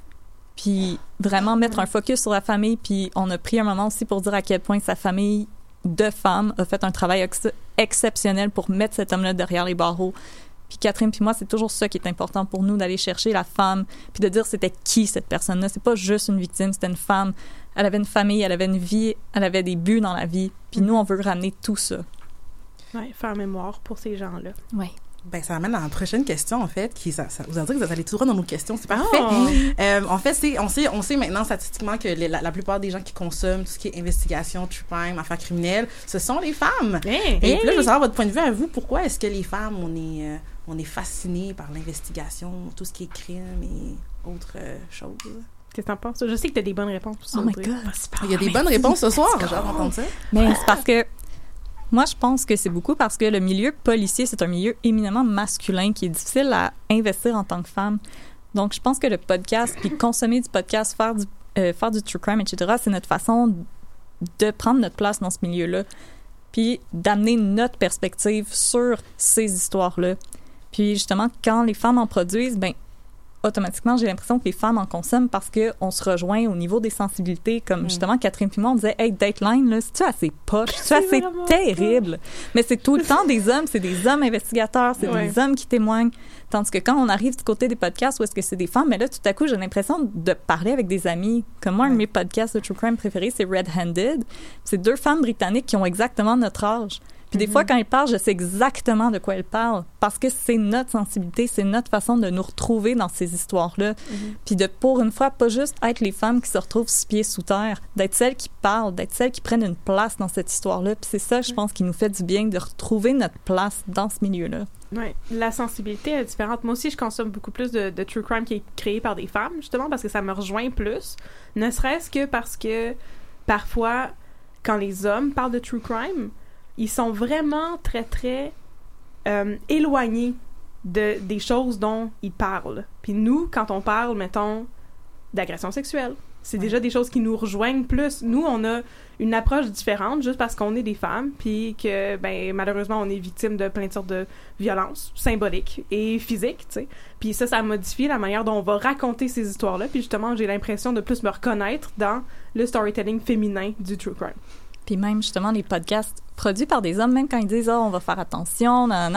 Puis vraiment mettre un focus sur la famille. Puis on a pris un moment aussi pour dire à quel point sa famille de femmes a fait un travail ex- exceptionnel pour mettre cet homme-là derrière les barreaux. Puis Catherine puis moi, c'est toujours ça qui est important pour nous, d'aller chercher la femme, puis de dire c'était qui cette personne-là. C'est pas juste une victime, c'était une femme. Elle avait une famille, elle avait une vie, elle avait des buts dans la vie. Puis nous, on veut ramener tout ça. Ouais, faire mémoire pour ces gens-là. Oui. Ben, ça amène à la prochaine question, en fait, qui, ça, ça vous a dit que vous allez tout droit dans nos questions, c'est parfait. Oh. Euh, en fait, c'est, on, sait, on sait maintenant statistiquement que les- la, la plupart des gens qui consomment tout ce qui est investigation, true crime, affaires criminelles, ce sont les femmes. Hey, Et hey. puis là, je veux savoir votre point de vue à vous. Pourquoi est-ce que les femmes, on est, euh, on est fascinées par l'investigation, tout ce qui est crime et autres euh, choses? Qu'est-ce que t'en penses? Je sais que t'as des bonnes réponses pour ça. Oh my Audrey. God. Ah, super. Il y a des Ah, bonnes merci. réponses ce soir, Let's j'ai hâte go. d'entendre ça. Mais c'est parce que moi, je pense que c'est beaucoup parce que le milieu policier, c'est un milieu éminemment masculin qui est difficile à investir en tant que femme. Donc, je pense que le podcast, puis consommer du podcast, faire du, euh, faire du true crime, et cetera, c'est notre façon de prendre notre place dans ce milieu-là, puis d'amener notre perspective sur ces histoires-là. Puis justement, quand les femmes en produisent, ben automatiquement, j'ai l'impression que les femmes en consomment parce qu'on se rejoint au niveau des sensibilités. Comme Mm. justement, Catherine puis moi, on disait « Hey, Dateline, là, c'est-tu assez poche? C'est-tu assez vraiment terrible? » Mais c'est tout le temps des hommes, c'est des hommes investigateurs, c'est Ouais. des hommes qui témoignent. Tandis que quand on arrive du côté des podcasts où est-ce que c'est des femmes, mais là, tout à coup, j'ai l'impression de parler avec des amis. Comme moi, un de mes podcasts de true crime préférés, c'est Red Handed. C'est deux femmes britanniques qui ont exactement notre âge. Puis des Mhm. fois, quand elles parlent, je sais exactement de quoi elles parlent parce que c'est notre sensibilité, c'est notre façon de nous retrouver dans ces histoires-là. Mhm. Puis de, pour une fois, pas juste être les femmes qui se retrouvent six pieds sous terre, d'être celles qui parlent, d'être celles qui prennent une place dans cette histoire-là. Puis c'est ça, je pense, qui nous fait du bien, de retrouver notre place dans ce milieu-là. Ouais, la sensibilité est différente. Moi aussi, je consomme beaucoup plus de, de true crime qui est créé par des femmes, justement, parce que ça me rejoint plus. Ne serait-ce que parce que, parfois, quand les hommes parlent de true crime, ils sont vraiment très, très euh, éloignés de, des choses dont ils parlent. Puis nous, quand on parle, mettons, d'agression sexuelle, c'est déjà des choses qui nous rejoignent plus. Nous, on a une approche différente juste parce qu'on est des femmes, puis que, ben, malheureusement, on est victime de plein de sortes de violences symboliques et physiques, tu sais. Puis ça, ça modifie la manière dont on va raconter ces histoires-là. Puis justement, j'ai l'impression de plus me reconnaître dans le storytelling féminin du true crime. Puis même, justement, les podcasts produits par des hommes, même quand ils disent « Ah, on va faire attention, nan, nan, nan. »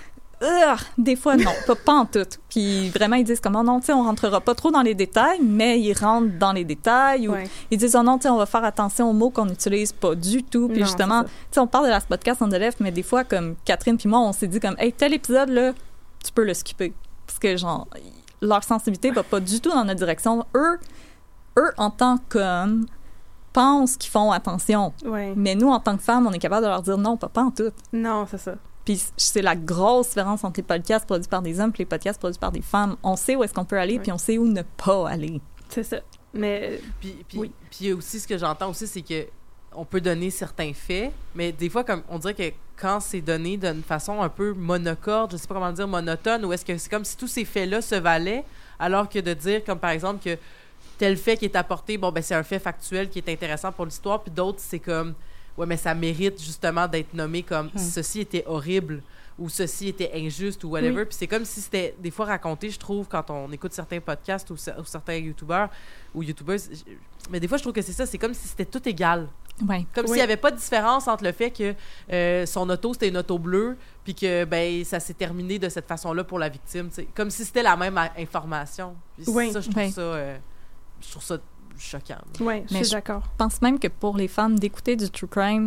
Euh, des fois, non, pas, pas en tout. Puis vraiment, ils disent comment non, tu sais, on rentrera pas trop dans les détails, mais ils rentrent dans les détails. Ou Ouais. ils disent, oh non, tu sais, on va faire attention aux mots qu'on n'utilise pas du tout. Puis Non, justement, c'est tu sais, on parle de la podcast on the left, mais des fois, comme Catherine puis moi, on s'est dit comme, hey, tel épisode, là, tu peux le skipper. Parce que, genre, leur sensibilité va pas du tout dans notre direction. Eux, eux en tant qu'hommes, pensent qu'ils font attention. Ouais. Mais nous, en tant que femmes, on est capable de leur dire non, pas, pas en tout. Non, c'est ça. Puis c'est la grosse différence entre les podcasts produits par des hommes et les podcasts produits par des femmes. On sait où est-ce qu'on peut aller, Oui. puis on sait où ne pas aller. C'est ça. Mais Puis, puis, Oui. puis aussi, ce que j'entends aussi, c'est que on peut donner certains faits, mais des fois, comme on dirait que quand c'est donné d'une façon un peu monocorde, je sais pas comment dire, monotone, ou est-ce que c'est comme si tous ces faits-là se valaient, alors que de dire, comme par exemple, que tel fait qui est apporté, bon, ben c'est un fait factuel qui est intéressant pour l'histoire, puis d'autres, c'est comme, ouais, mais ça mérite justement d'être nommé comme Hmm. ceci était horrible, ou ceci était injuste, ou whatever. Oui. Puis c'est comme si c'était des fois raconté, je trouve, quand on écoute certains podcasts ou, cer- ou certains youtubeurs ou youtubeuses. j- Mais des fois, je trouve que c'est ça, c'est comme si c'était tout égal. Ouais. Comme Oui. s'il n'y avait pas de différence entre le fait que euh, son auto, c'était une auto bleue, puis que ben ça s'est terminé de cette façon-là pour la victime. T'sais. Comme si c'était la même a- information. Puis Oui. ça, je trouve Oui. ça, euh, je trouve ça choquant. ouais, je Mais suis je- d'accord. Je pense même que pour les femmes, d'écouter du true crime,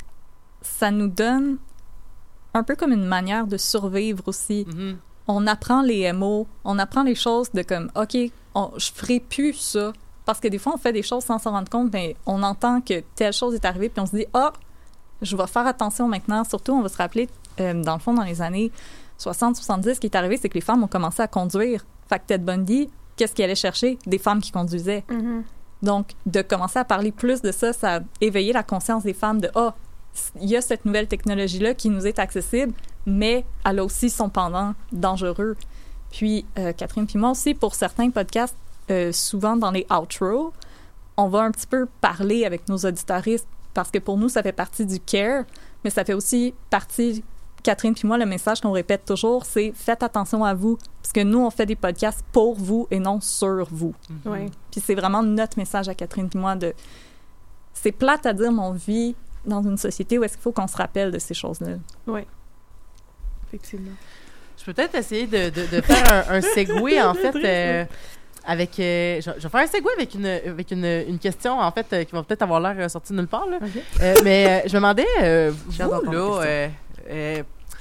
ça nous donne un peu comme une manière de survivre aussi. Mhm. On apprend les mots, on apprend les choses de comme, OK, on, je ferai plus ça. Parce que des fois, on fait des choses sans s'en rendre compte, mais on entend que telle chose est arrivée, puis on se dit, ah, je vais faire attention maintenant. Surtout, on va se rappeler, euh, dans le fond, dans les années soixante soixante-dix, ce qui est arrivé, c'est que les femmes ont commencé à conduire. Fait que Ted Bundy, qu'est-ce qu'il allait chercher? Des femmes qui conduisaient. Mhm. Donc, de commencer à parler plus de ça, ça a éveillé la conscience des femmes de « Ah, il y a cette nouvelle technologie-là qui nous est accessible, mais elle a aussi son pendant dangereux. Puis, euh, Catherine puis moi aussi, pour certains podcasts, euh, souvent dans les outros, on va un petit peu parler avec nos auditoristes parce que pour nous, ça fait partie du care, mais ça fait aussi partie, Catherine puis moi, le message qu'on répète toujours, c'est « Faites attention à vous », parce que nous, on fait des podcasts pour vous et non sur vous. Mm-hmm. Ouais. Puis c'est vraiment notre message à Catherine puis moi de... C'est plate à dire, mais on vit dans une société où est-ce qu'il faut qu'on se rappelle de ces choses-là. Oui, effectivement. Je peux peut-être essayer de, de, de faire un, un segue, en fait, euh, avec... Euh, je, je vais faire un segue avec une, avec une, une question, en fait, euh, qui va peut-être avoir l'air euh, sortie de nulle part, là. Okay. Euh, mais euh, je me demandais, euh, vous, J'ai hâte d'entendre là, la euh, euh,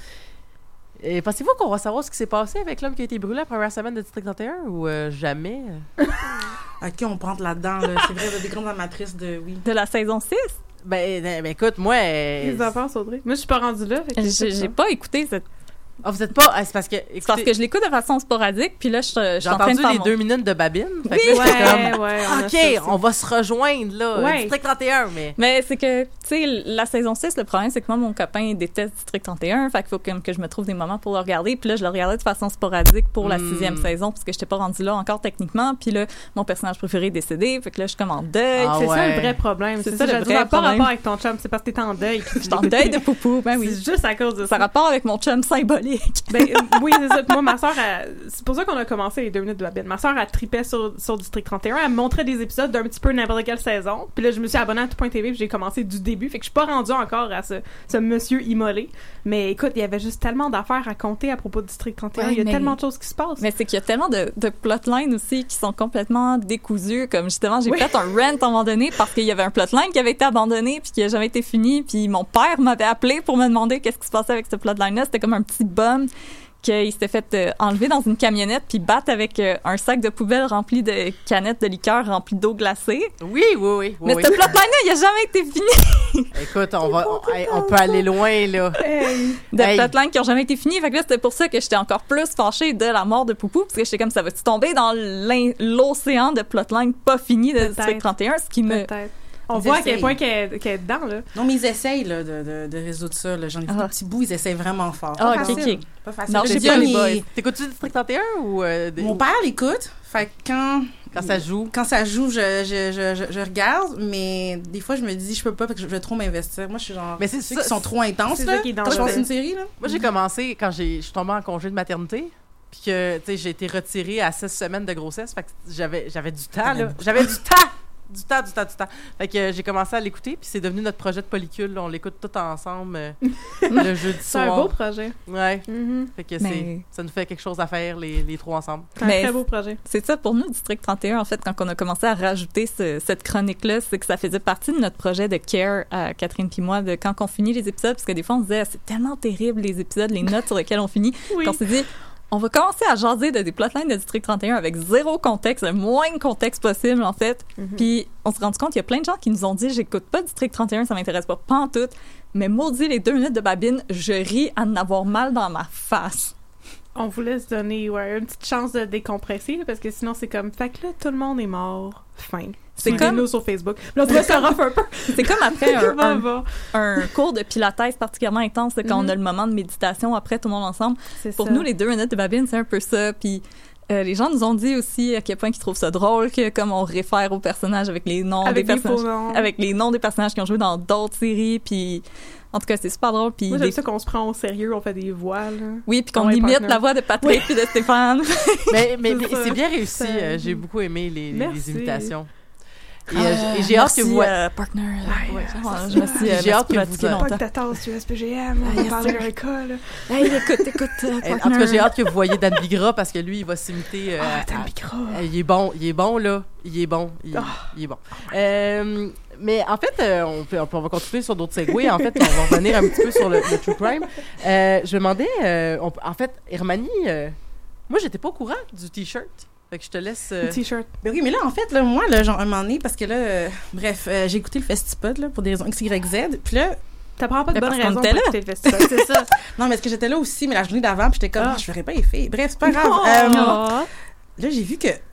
euh, pensez-vous qu'on va savoir ce qui s'est passé avec l'homme qui a été brûlé la première semaine de District trente et un ou euh, jamais? À qui on prend là-dedans, là? C'est vrai, des grandes amatrices de... Oui. De la saison six? Ben, ben écoute, moi... Euh, Les enfants, Audrey. Moi, je suis pas rendue là. Fait que J'ai, j'ai pas écouté cette... Ah, vous êtes pas... Ah, c'est parce que... Écoutez, C'est parce que je l'écoute de façon sporadique, puis là, je, je suis j'ai en train de entendu faire les mon... deux minutes de Babine. Fait Oui, que là, j'étais ouais, comme, ouais. On a OK, ça aussi. on va se rejoindre, là. Ouais. District trente et un, mais... Mais c'est que, tu sais, la saison six, le problème, c'est que moi, mon copain déteste District trente et un, fait qu'il faut comme que je me trouve des moments pour le regarder, puis là, je le regardais de façon sporadique pour la Mm. sixième saison, parce que j'étais pas rendue là encore techniquement, puis là, mon personnage préféré est décédé, fait que là, je suis comme en deuil. Ah C'est ça ouais. le vrai problème. C'est C'est ça, ça, le je vrai dis, ça n'a pas problème. rapport avec ton chum, c'est parce que t'es en deuil. Je suis en deuil de poupou, ben oui. C'est juste à cause de Ça ça. a rapport avec mon chum symbolique. Ben, euh, oui, c'est ça. Puis moi, ma soeur, c'est pour ça qu'on a commencé les deux minutes de Babine. Ma soeur, elle tripait sur, sur District trente et un. Elle me montrait des épisodes d'un petit peu n'importe quelle saison. Puis là, je me suis abonnée à tout point T V puis j'ai commencé du début. Fait que je suis pas rendue encore à ce, ce monsieur immolé. Mais écoute, il y avait juste tellement d'affaires à compter à propos de District trente et un. Ouais, il y a mais- tellement de choses qui se passent. Mais c'est qu'il y a tellement de, de plotlines aussi qui sont complètement décousus. Comme justement, j'ai Oui. fait un rant à un moment donné parce qu'il y avait un plotline qui avait été abandonné puis qui a jamais été fini. Puis mon père m'avait appelé pour me demander qu'est-ce qui se passait avec ce plotline-là. C'était comme un petit bum qu'il s'était fait euh, enlever dans une camionnette puis battre avec euh, un sac de poubelle rempli de canettes de liqueur rempli d'eau glacée. Oui, oui, oui. oui, Mais oui. ce plotline-là, il a jamais été fini. Écoute, on, va, on, hey, on peut aller loin, là. Hey. De Hey. plotlines qui ont jamais été finis. Fait que là, c'était pour ça que j'étais encore plus fâchée de la mort de Poupou parce que j'étais comme, ça va-tu tomber dans l'in- l'océan de plotlines pas finis de Peut-être. District trente et un, ce qui me... Peut-être. On Ils voit à quel essayent. point qu'elle qu'elle est dedans, là. Non, mais ils essayent là, de, de, de résoudre ça. Là. J'en ai vu Ah. des petits bouts, ils essayent vraiment fort. Ah, Pas ok, facile. ok. Pas facile. Non, Le je sais Dion, pas, les il- boys. T'écoutes-tu District trente et un ou... Euh, des- Mon père l'écoute. Fait que quand, Quand ça joue? quand ça joue, je, je, je, je, je regarde, mais des fois, je me dis, je peux pas parce que je vais trop m'investir. Moi, je suis genre. Mais c'est ceux ça- qui sont trop intenses. c'est Là. ça qui est Quand je dangereux. pense une série, là. Moi, j'ai commencé quand j'ai, je suis tombée en congé de maternité, puis que, tu sais, j'ai été retirée à six semaines de grossesse, fait que j'avais, j'avais du temps, là. J'avais du temps! Du temps, du temps, du temps. Fait que euh, j'ai commencé à l'écouter, puis c'est devenu notre projet de polycule, là. On l'écoute tout ensemble euh, le jeudi C'est un soir. beau projet. Ouais. Mhm. Fait que Mais- c'est, ça nous fait quelque chose à faire, les, les trois ensemble. C'est un Mais- très beau projet. C'est ça, pour nous, District trente et un, en fait, quand on a commencé à rajouter ce- cette chronique-là, c'est que ça faisait partie de notre projet de care à Catherine puis moi, de quand on finit les épisodes, parce que des fois, on se disait, Ah, c'est tellement terrible, les épisodes, les notes sur lesquelles on finit, Oui. qu'on s'est dit, on va commencer à jaser de des plotlines de District trente et un avec zéro contexte, le moins de contexte possible, en fait. Mhm. Puis on s'est rendu compte qu'il y a plein de gens qui nous ont dit, j'écoute pas District trente et un, ça m'intéresse pas, pas en tout, mais maudit les deux minutes de Babine, je ris à en avoir mal dans ma face. On voulait se donner ouais, une petite chance de décompresser, là, parce que sinon, c'est comme, fait que là, tout le monde est mort. Fin. C'est Suivez-nous comme- sur Facebook. Là, on trouvait ça rough un peu. C'est comme après un, Va, un va. un cours de pilates particulièrement intense, quand Mhm. on a le moment de méditation après tout le monde ensemble. C'est Pour ça. nous, les deux minutes de Babine, c'est un peu ça. Puis euh, les gens nous ont dit aussi à quel point ils trouvent ça drôle que comme on réfère aux personnages avec les noms Avec des des personnages, faux noms. avec les noms des personnages qui ont joué dans d'autres séries. Puis en tout cas, c'est super drôle. Puis Moi, j'aime les- ça qu'on se prend au sérieux, on fait des voix, là. oui, puis qu'on Ah ouais, imite partner. la voix de Patrick puis de Stéphane. Mais, mais, C'est mais ça. c'est bien réussi. Ça- euh, j'ai beaucoup aimé les, les, Merci. les imitations. Et, Ah, euh, j'ai- et j'ai hâte que vous... Merci, euh, partner. Ouais, Ouais, ça, je me suis, euh, J'ai hâte que pratiquée vous- longtemps. Pas que ta tasse du S P G M, on va yes, parler sir. d'un cas, là. Hey, écoute, écoute, euh, Euh, En tout partner. cas, j'ai hâte que vous voyez Dan Bigra parce que lui, il va s'imiter. euh, Ah, à- t'as à- le micro. Euh, il est bon, il est bon là, il est bon, il, Ah. il est bon. Euh, mais en fait, euh, on, peut, on, peut- on va continuer sur d'autres segways. En fait, on va revenir un petit peu sur le, le true crime. Euh, je me demandais, euh, on- en fait, Hermanie, euh, moi, j'étais pas au courant du t-shirt. Fait que je te laisse. euh, Un t-shirt. Ben oui, mais là, en fait, là, moi, là, genre, un moment donné, parce que là, euh, bref, euh, j'ai écouté le Festipod, là, pour des raisons X, Y, Z. Puis là, T'as pas de Mais bonne parce qu'on raison était pour là. écouter le festival, c'est ça. non, mais est-ce que j'étais là aussi, mais la journée d'avant, puis j'étais comme, Ah. ah, je ferais pas les filles. Bref, c'est pas grave. Non. Euh, Ah. là, j'ai vu que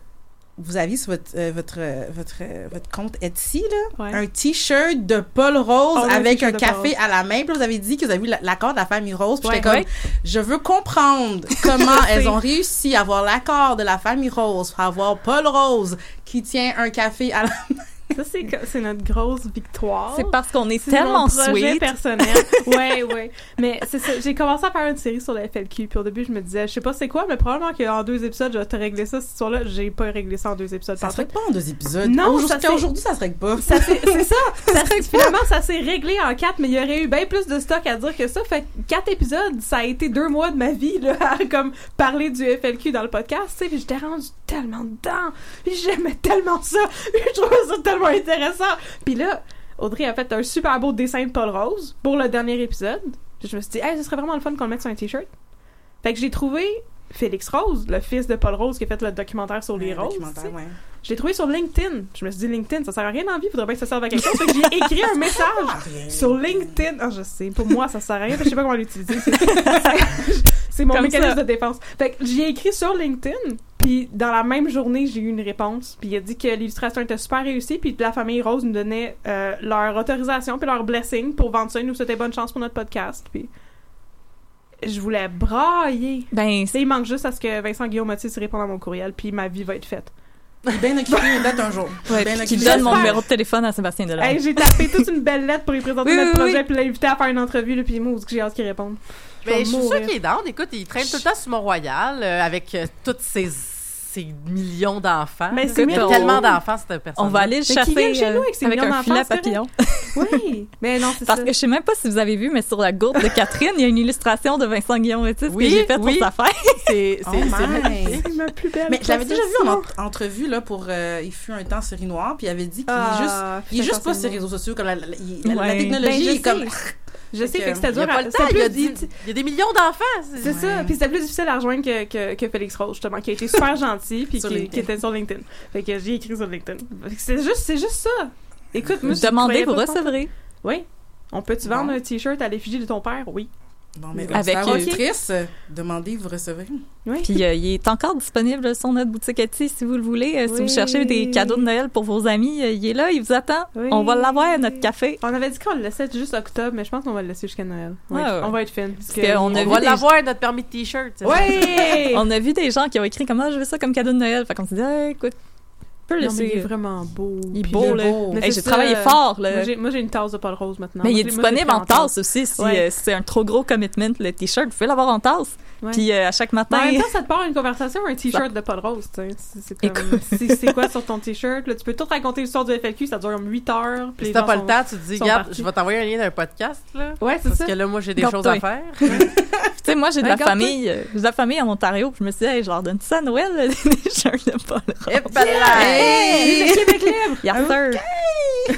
vous aviez sur votre, euh, votre, euh, votre, euh, votre compte Etsy, là, Ouais. un T-shirt de Paul Rose Oh, oui, avec un un t-shirt de café Paul à la main. Puis là, vous avez dit que vous avez vu la- l'accord de la famille Rose. Puis Ouais, j'étais comme, ouais. je veux comprendre comment elles ont réussi à avoir l'accord de la famille Rose pour avoir Paul Rose qui tient un café à la main. Ça, c'est, que- c'est notre grosse victoire. C'est parce qu'on est C'est tellement mon projet sweet. personnel. Ouais, ouais. Mais c'est ça. J'ai commencé à faire une série sur la F L Q. Puis au début, je me disais, je sais pas c'est quoi, mais probablement qu'en deux épisodes, je vais te régler ça, cette histoire-là. J'ai pas réglé ça en deux épisodes. Ça par se règle pas en deux épisodes. Non, aujourd'hui, ça jusqu'à s'est- aujourd'hui, ça se règle pas. Ça s'est- c'est ça. ça s'est- finalement, ça s'est réglé en quatre, mais il y aurait eu bien plus de stock à dire que ça. Fait que quatre épisodes, ça a été deux mois de ma vie, là, à comme parler du F L Q dans le podcast, tu sais. Puis j'étais rendue tellement dedans. Puis j'aimais tellement ça. Puis je trouvais ça tellement intéressant. Puis là, Audrey a fait un super beau dessin de Paul Rose pour le dernier épisode. Puis je me suis dit, hey, ce serait vraiment le fun qu'on le mette sur un t-shirt. Fait que j'ai trouvé Félix Rose, le fils de Paul Rose qui a fait le documentaire sur les Un roses. documentaire, tu sais. ouais. Je l'ai trouvé sur LinkedIn. Je me suis dit, LinkedIn, ça sert à rien dans la vie, faudrait bien que ça serve à quelque chose. Fait que j'ai écrit un message sur LinkedIn. Ah, je sais, pour moi, ça sert à rien, je sais pas comment l'utiliser. C'est, c'est mon Comme mécanisme ça. de défense. Fait que j'ai écrit sur LinkedIn, puis dans la même journée, j'ai eu une réponse. Puis il a dit que l'illustration était super réussie, puis que la famille Rose nous donnait euh, leur autorisation puis leur blessing pour vendre ça. Ils nous souhaitaient bonne chance pour notre podcast. Puis je voulais brailler. Ben, Là, il manque juste à ce que Vincent Guillaume Otis réponde à mon courriel, puis ma vie va être faite. Il est bien occupé, il date un jour. Il est ouais, bien puis qui occupé. donne mon J'espère. numéro de téléphone à Sébastien Delorme. Hey, j'ai tapé toute une belle lettre pour lui présenter Oui, notre oui, projet oui. puis l'inviter à faire une entrevue, là, puis moi, j'ai hâte qu'il réponde. Mais je suis sûre mourir. qu'il est down. Écoute, il traîne tout le temps sur Mont-Royal euh, avec euh, tous ses, ses millions d'enfants. Mais Il c'est y a mignon. tellement d'enfants, cette personne. On va aller le qui chasser vienne chez euh, nous avec ses avec millions un filet à d'enfants, c'est papillon. Oui, mais non, c'est Parce ça. que je sais même pas si vous avez vu, mais sur la gourde de Catherine, il y a une illustration de Vincent Guillaume Otis Oui, que j'ai faite oui. pour sa fête. C'est Oh c'est- c'est my. magnifique. C'est ma plus belle Mais je l'avais déjà vu en possession. en- entrevue là, pour euh, Il fut un temps série noire, puis il avait dit qu'il Ah, est juste, il est putain, juste pas c'est sur les bon. réseaux sociaux, comme la, la, il- la- Ouais. la technologie Ben, je est comme... sais. Je sais, Fait fait que que, c'était Il y dur a pas à... le temps. c'était Il y, a plus des, di- il y a des millions d'enfants. C'est Ouais. ça, puis c'était plus difficile à rejoindre que, que, que Félix Rose, justement, qui a été super gentil, puis Sur qui, LinkedIn. qui était sur LinkedIn. Fait que j'ai écrit sur LinkedIn. Fait que c'est juste, c'est juste ça. Écoute, moi, je Demandez, croyais vous pas tant- recevrez. Oui. On peut-tu Bon. vendre un t-shirt à l'effigie de ton père? Oui. Bon, mais Avec, avec euh, autrice, euh, demandez, vous recevrez. Oui. Puis euh, il est encore disponible sur notre boutique Etsy si vous le voulez. Euh, Si Oui. vous cherchez des cadeaux de Noël pour vos amis, euh, il est là, il vous attend. Oui. On va l'avoir à notre café. On avait dit qu'on le laissait juste octobre, mais je pense qu'on va le laisser jusqu'à Noël. Ouais. Ouais, ouais. On va être fin. Parce Parce que on a On vu va des- l'avoir, notre permis de t-shirt. c'est ça. Ouais! On a vu des gens qui ont écrit comment je veux ça comme cadeau de Noël. Fait qu'on s'est dit, ah, écoute, peut le Non, mais il est laisser. vraiment beau. Il est Puis beau, le- là. beau. Mais Hey, c'est j'ai ça, travaillé euh, fort, là. Moi, j'ai, moi, j'ai une tasse de Paul Rose maintenant. Mais il Moi, est je l'ai- moi, je l'ai disponible pris en tasse aussi. Si Ouais. euh, si c'est un trop gros commitment, le t-shirt, vous pouvez l'avoir en tasse. Ouais. Puis euh, à chaque matin. Mais en même temps, ça te part une conversation, un t-shirt de Paul Rose, tu sais. C'est, c'est, comme, c'est, c'est quoi sur ton t-shirt? Là, tu peux tout raconter l'histoire du F L Q, ça dure comme huit heures. Puis Si les t'as gens pas sont- le temps, tu te dis, sont regarde, partis. je vais t'envoyer un lien d'un podcast, là. Ouais, c'est Parce ça. que là, moi, j'ai des Garde-toi. choses à faire. Tu sais, moi, j'ai de la Regarde-toi. famille, euh, j'ai de la famille en Ontario. Puis je me suis dit, hey, je leur donne ça à Noël, là, des t-shirts de Paul Rose. Et voilà! Hey! Le Québec libre! Yes, sir.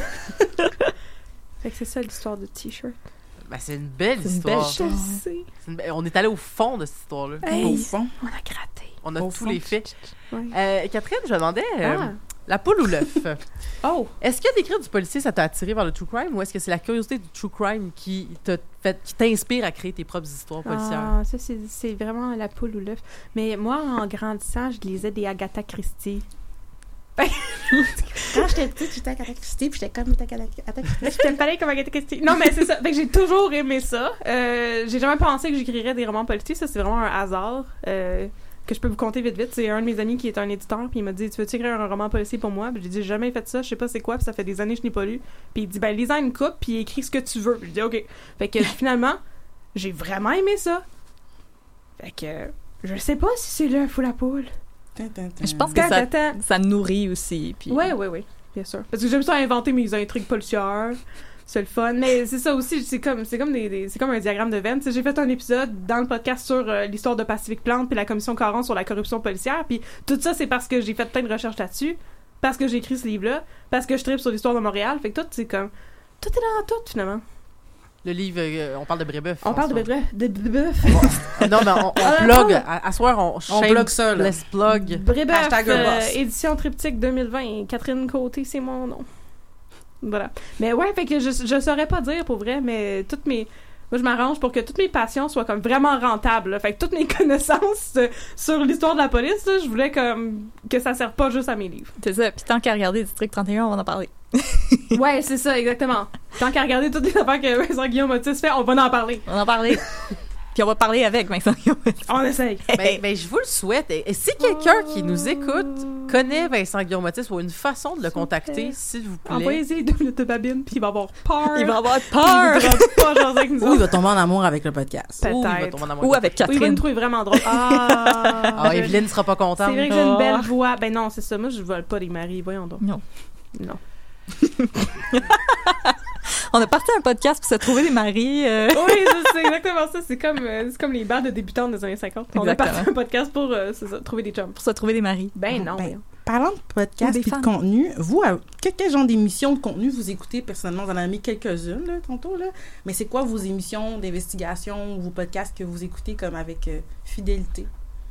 Fait que c'est ça l'histoire du t-shirt. Ben, c'est une belle C'est une belle histoire. Je sais. C'est une be- On est allé au fond de cette histoire-là. Hey, Au fond. on a gratté. On a Au tous fond. les faits. Ouais. Euh, Catherine, je me demandais, euh, Ah. la poule ou l'œuf? Oh! Est-ce que d'écrire du policier, ça t'a attiré vers le true crime ou est-ce que c'est la curiosité du true crime qui, t'a fait, qui t'inspire à créer tes propres histoires policières? Ah, ça, c'est, c'est vraiment la poule ou l'œuf. Mais moi, en grandissant, je lisais des Agatha Christie. Quand j'étais petite, j'étais à Agatha Christie, puis j'étais comme Agatha Christie. Je t'aime pareil comme Agatha Christie. Non, mais c'est ça. Fait que j'ai toujours aimé ça. Euh, j'ai jamais pensé que j'écrirais des romans policiers. Ça, c'est vraiment un hasard euh, que je peux vous conter vite vite. C'est un de mes amis qui est un éditeur, puis il m'a dit, tu veux-tu écrire un roman policier pour moi? Puis j'ai dit, j'ai jamais fait ça, je sais pas c'est quoi, puis ça fait des années que je n'ai pas lu. Puis il dit, ben, lis-en une coupe, puis écris ce que tu veux. Puis j'ai dit, OK. Fait que finalement, j'ai vraiment aimé ça. Fait que je sais pas si c'est l'œuf ou la poule. Je pense que Attends, ça, attends. ça nourrit aussi. Puis... Ouais, ouais, ouais, bien sûr. Parce que j'aime ça inventer mes intrigues policières. C'est le fun. Mais c'est ça aussi, c'est comme, c'est comme, des, des- c'est comme un diagramme de veine. Tu sais, j'ai fait un épisode dans le podcast sur euh, l'histoire de Pacific Plante puis la commission Caron sur la corruption policière. Puis tout ça, c'est parce que j'ai fait plein de recherches là-dessus, parce que j'ai écrit ce livre-là, parce que je tripe sur l'histoire de Montréal. Fait que tout, c'est comme... Tout est dans tout, finalement. Le livre, euh, on parle de Brébeuf. On parle de Brébeuf. Brébeuf. De Brébeuf. Non, mais on, on Ah, plug. non. À, à soir, on, On bloque ça, là. Let's plug. Brébeuf, Hashtag euh, boss. édition Triptyque deux mille vingt. Catherine Côté, c'est mon nom. Voilà. Mais ouais, fait que je, je saurais pas dire pour vrai, mais toutes mes... Moi, je m'arrange pour que toutes mes passions soient comme vraiment rentables. Là. Fait que toutes mes connaissances euh, sur l'histoire de la police, là, je voulais comme que ça serve pas juste à mes livres. C'est ça. Puis tant qu'à regarder District trente et un, on va en parler. Ouais, c'est ça, exactement. Tant qu'à regarder toutes les affaires que Vincent Guillaume Otis fait, on va en parler. On va en parler. Puis on va parler avec Vincent Guillaume Otis. On essaye. Ben, ben, je vous le souhaite. Et, et si quelqu'un qui nous écoute connaît Vincent Guillaume Otis ou une façon de le contacter, s'il vous plaît. Envoyez-y deux minutes de babine, puis il va avoir peur. Il va avoir peur. Il voudra pas jaser avec nous Ou il va autres. tomber en amour avec le podcast. Peut-être. Ou il va tomber en amour Ou avec- avec Oui, il va Catherine. nous trouver vraiment drôle. Ah! Ah, Evelyne sera pas contente. C'est vrai que j'ai une belle Ah. voix. Ben non, c'est ça. Moi, je vole pas les maris. Voyons donc. Non. Non. On a parti un podcast pour se trouver des maris. euh. Oui, c'est- c'est exactement ça. C'est comme, euh, c'est comme les bandes de débutantes des années cinquante. On a Exactement. parti un podcast pour euh, c'est ça, trouver des chums. Pour se trouver des maris. Ben non. Ben, voyons. Parlant de podcast Ou des et de femmes. contenu, vous, euh, que- quel genre d'émissions de contenu vous écoutez personnellement? Vous en avez mis quelques-unes, là, tantôt, là. Mais c'est quoi vos émissions d'investigation ou vos podcasts que vous écoutez comme avec euh, fidélité?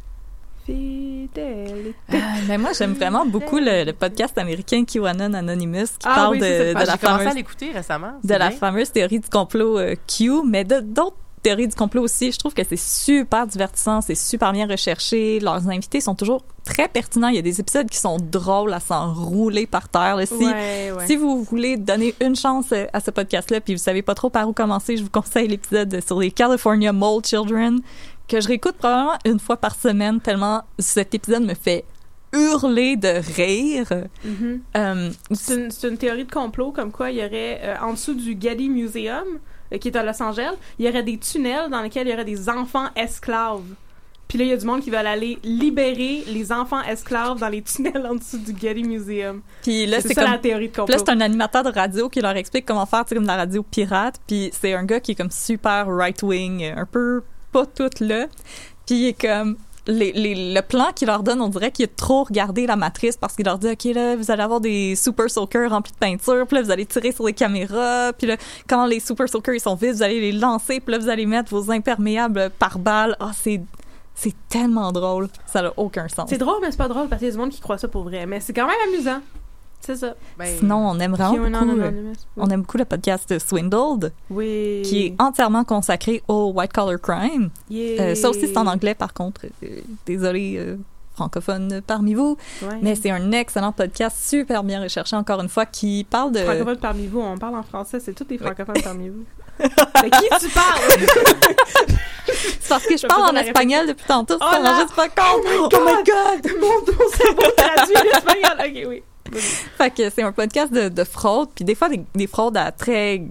Fidélité. Euh, ben moi, j'aime vraiment beaucoup le, le podcast américain QAnon Anonymous qui Ah parle oui, de, c'est ça. de Ah, la j'ai commencé à fameuse l'écouter récemment. de c'est la bien. fameuse théorie du complot euh, Q, mais de- d'autres théories du complot aussi. Je trouve que c'est super divertissant, c'est super bien recherché. Leurs invités sont toujours très pertinents. Il y a des épisodes qui sont drôles à s'en rouler par terre. Là. Si, Ouais, ouais. si vous voulez donner une chance euh, à ce podcast-là, puis vous savez pas trop par où commencer, je vous conseille l'épisode sur les California Mole Children, que je réécoute probablement une fois par semaine, tellement cet épisode me fait hurler de rire. Mhm. Euh, C'est une, c'est une théorie de complot comme quoi il y aurait, euh, en dessous du Getty Museum, euh, qui est à Los Angeles, il y aurait des tunnels dans lesquels il y aurait des enfants esclaves. Puis là, il y a du monde qui veulent aller libérer les enfants esclaves dans les tunnels en dessous du Getty Museum. Puis là, c'est c'est ça comme la théorie de Puis là, complot. c'est un animateur de radio qui leur explique comment faire, tu sais, comme de la radio pirate. Puis c'est un gars qui est comme super right-wing, un peu pas tout là. Puis il est comme... Les, les, le plan qu'il leur donne, on dirait qu'il a trop regardé la matrice parce qu'il leur dit « OK, là, vous allez avoir des super soakers remplis de peinture, puis là, vous allez tirer sur les caméras, puis là, quand les super soakers, ils sont vides, vous allez les lancer, puis là, vous allez mettre vos imperméables par balle. Ah, c'est... C'est tellement drôle. Ça n'a aucun sens. C'est drôle, mais c'est pas drôle parce qu'il y a du monde qui croit ça pour vrai. Mais c'est quand même amusant. C'est ça. Ben, Sinon, on aime vraiment QAnon beaucoup... euh, Anonymous. On aime beaucoup le podcast Swindled, Oui. qui est entièrement consacré au white-collar crime. Yeah. Euh, ça aussi, c'est en anglais, par contre. Euh, désolé, euh, francophones parmi vous. Ouais. Mais c'est un excellent podcast, super bien recherché, encore une fois, qui parle de... Francophones parmi vous, on parle en français, c'est tous les francophones parmi vous. De qui tu parles? C'est parce que je Je parle peux en pas la espagnol depuis tantôt, Oh ça là! m'a juste pas compte. Oh my god! Mon, mon cerveau traduit l'espagnol. Ok, oui. Fait que c'est un podcast de, de fraude, puis des fois, des, des fraudes à très...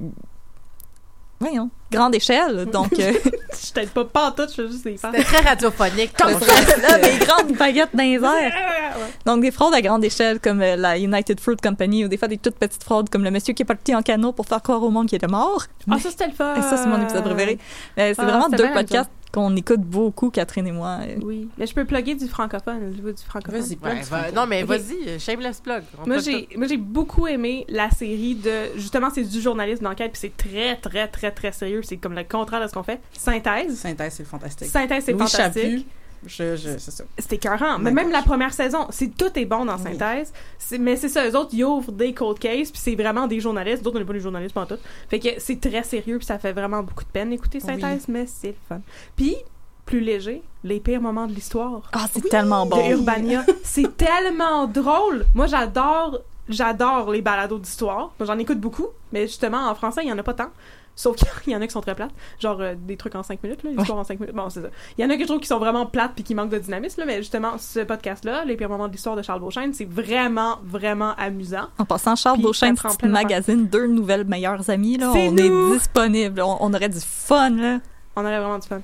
Voyons, grande échelle, donc... euh, Je t'aide pas pantoute, je fais juste des faces. C'était très radiophonique. Comme ton ça, geste, là, euh, des grandes baguettes dans les airs. Ouais. Donc, des fraudes à grande échelle, comme euh, la United Fruit Company, ou des fois des toutes petites fraudes, comme le monsieur qui est parti en canot pour faire croire au monde qu'il était mort. Ah, ça, c'était le fun. Et ça, c'est mon épisode préféré. Euh, c'est Ah, vraiment c'était deux bien podcasts qu'on écoute beaucoup, Catherine et moi. Euh, Oui. Mais je peux plugger du francophone. Je veux du francophone. Vas-y, ouais, plug, va- tu non, mais Ok. vas-y, shameless plug. On Moi fait j'ai, moi, j'ai beaucoup aimé la série de... Justement, c'est du journalisme d'enquête, puis c'est très, très, très, très sérieux. C'est comme le contraire de ce qu'on fait. Synthèse. Synthèse, c'est fantastique. Synthèse, c'est Louis fantastique. Chaput, je, je, c'est ça. C'était écœurant. Mais Ouais, même ouais. la première saison, c'est, tout est bon dans Oui. Synthèse. C'est, mais c'est ça, eux autres, ils ouvrent des cold cases, puis c'est vraiment des journalistes. D'autres, on n'est pas des journalistes, pas en tout. Fait que c'est très sérieux, puis ça fait vraiment beaucoup de peine d'écouter Synthèse, mais c'est le fun. Puis, plus léger, les pires moments de l'histoire. Ah, c'est tellement bon. De Urbania. C'est tellement drôle. Moi, j'adore, j'adore les balados d'histoire. Moi, j'en écoute beaucoup, mais justement, en français, il y en a pas tant. Sauf qu'il y en a qui sont très plates. Genre, euh, des trucs en cinq minutes, là, l'histoire en cinq minutes. Bon, c'est ça. Il y en a que je trouve qui sont vraiment plates puis qui manquent de dynamisme, là, mais justement, ce podcast-là, Les pires moments de l'histoire de Charles Beauchesne, c'est vraiment, vraiment amusant. En passant, Charles Puis Beauchesne, ça te rend petit plein d'affaires. magazine, deux nouvelles meilleures amies, là. C'est on nous! est disponible. On, on aurait du fun, là. On aurait vraiment du fun.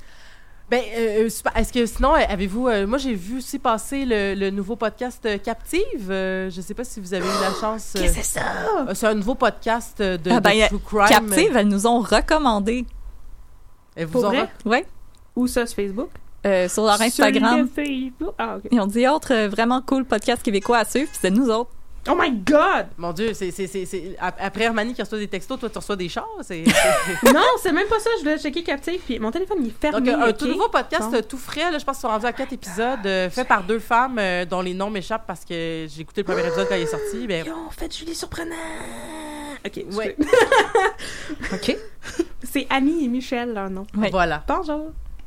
Ben, euh, super. Est-ce que sinon, euh, avez-vous... euh, moi, j'ai vu aussi passer le, le nouveau podcast euh, Captive. Euh, je sais pas si vous avez eu la chance... euh, Qu'est-ce que c'est ça? euh, c'est un nouveau podcast euh, de, Ah, ben, de y a- True Crime. Captive, elles nous ont recommandé. Elles vous Pour ont vrai? re- Ouais. Où ça, sur Facebook? Euh, sur leur Instagram. Sur le Facebook. Ah, OK. Ils ont dit autre euh, vraiment cool podcast québécois à suivre, puis c'est nous autres. Oh my God! Mon Dieu, c'est, c'est, c'est, c'est... ap- après Hermanie qui reçoit des textos, toi, tu reçois des chars. C'est, c'est- Non, c'est même pas ça. Je voulais checker Captive, puis mon téléphone, il est fermé. Donc, un ok? tout nouveau podcast Bon. euh, tout frais. Là, je pense qu'ils sont rendus à quatre épisodes, euh, fait par deux femmes euh, dont les noms m'échappent parce que j'ai écouté le premier épisode quand il est sorti. Ben, Ils ont fait Julie Surprenant! OK, Ouais. OK. C'est Annie et Michel, leur nom. Oui. Voilà. Bonjour.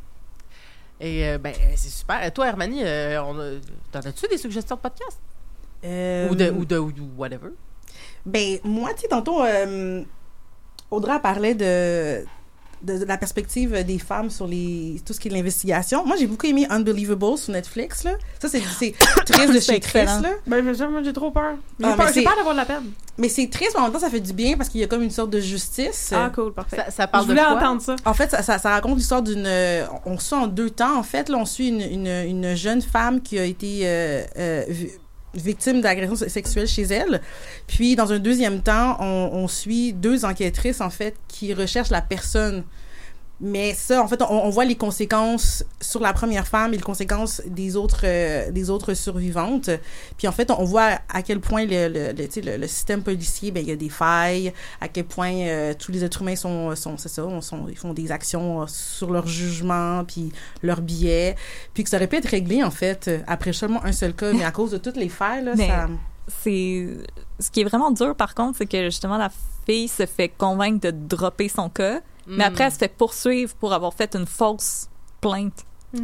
Et euh, ben, c'est super. Et toi, Hermanie, euh, on a... t'en as-tu des suggestions de podcast? Euh, Ou, de, ou de ou whatever? Ben, moi, tu sais, tantôt, euh, Audra parlait de, de, de la perspective des femmes sur les, tout ce qui est l'investigation. Moi, j'ai beaucoup aimé Unbelievable sur Netflix, là. Ça, c'est, c'est triste de chez Chris, là. Ben, mais moi, j'ai trop peur. J'ai Ah, peur, mais j'ai c'est- peur d'avoir de la peine. Mais c'est triste, mais en même temps, ça fait du bien parce qu'il y a comme une sorte de justice. Ah, cool, parfait. Ça, ça parle Je de voulais quoi? entendre ça. En fait, ça, ça, ça raconte l'histoire d'une... euh, on suit en deux temps, en fait. Là, on suit une, une, une jeune femme qui a été euh, euh, vi- victime d'agression se- sexuelle chez elle. Puis, dans un deuxième temps, on, on suit deux enquêtrices, en fait, qui recherchent la personne. Mais ça, en fait, on, on voit les conséquences sur la première femme et les conséquences des autres, euh, des autres survivantes. Puis en fait, on voit à quel point le, le, le, tu sais, le, le système policier, ben il y a des failles, à quel point euh, tous les êtres humains sont, sont c'est ça, sont, ils font des actions euh, sur leur jugement, puis leur biais, puis que ça aurait pu être réglé, en fait, euh, après seulement un seul cas, mais à cause de toutes les failles, là, Mais- ça... C'est ce qui est vraiment dur par contre, c'est que justement la fille se fait convaincre de dropper son cas, mais Mm. après elle se fait poursuivre pour avoir fait une fausse plainte.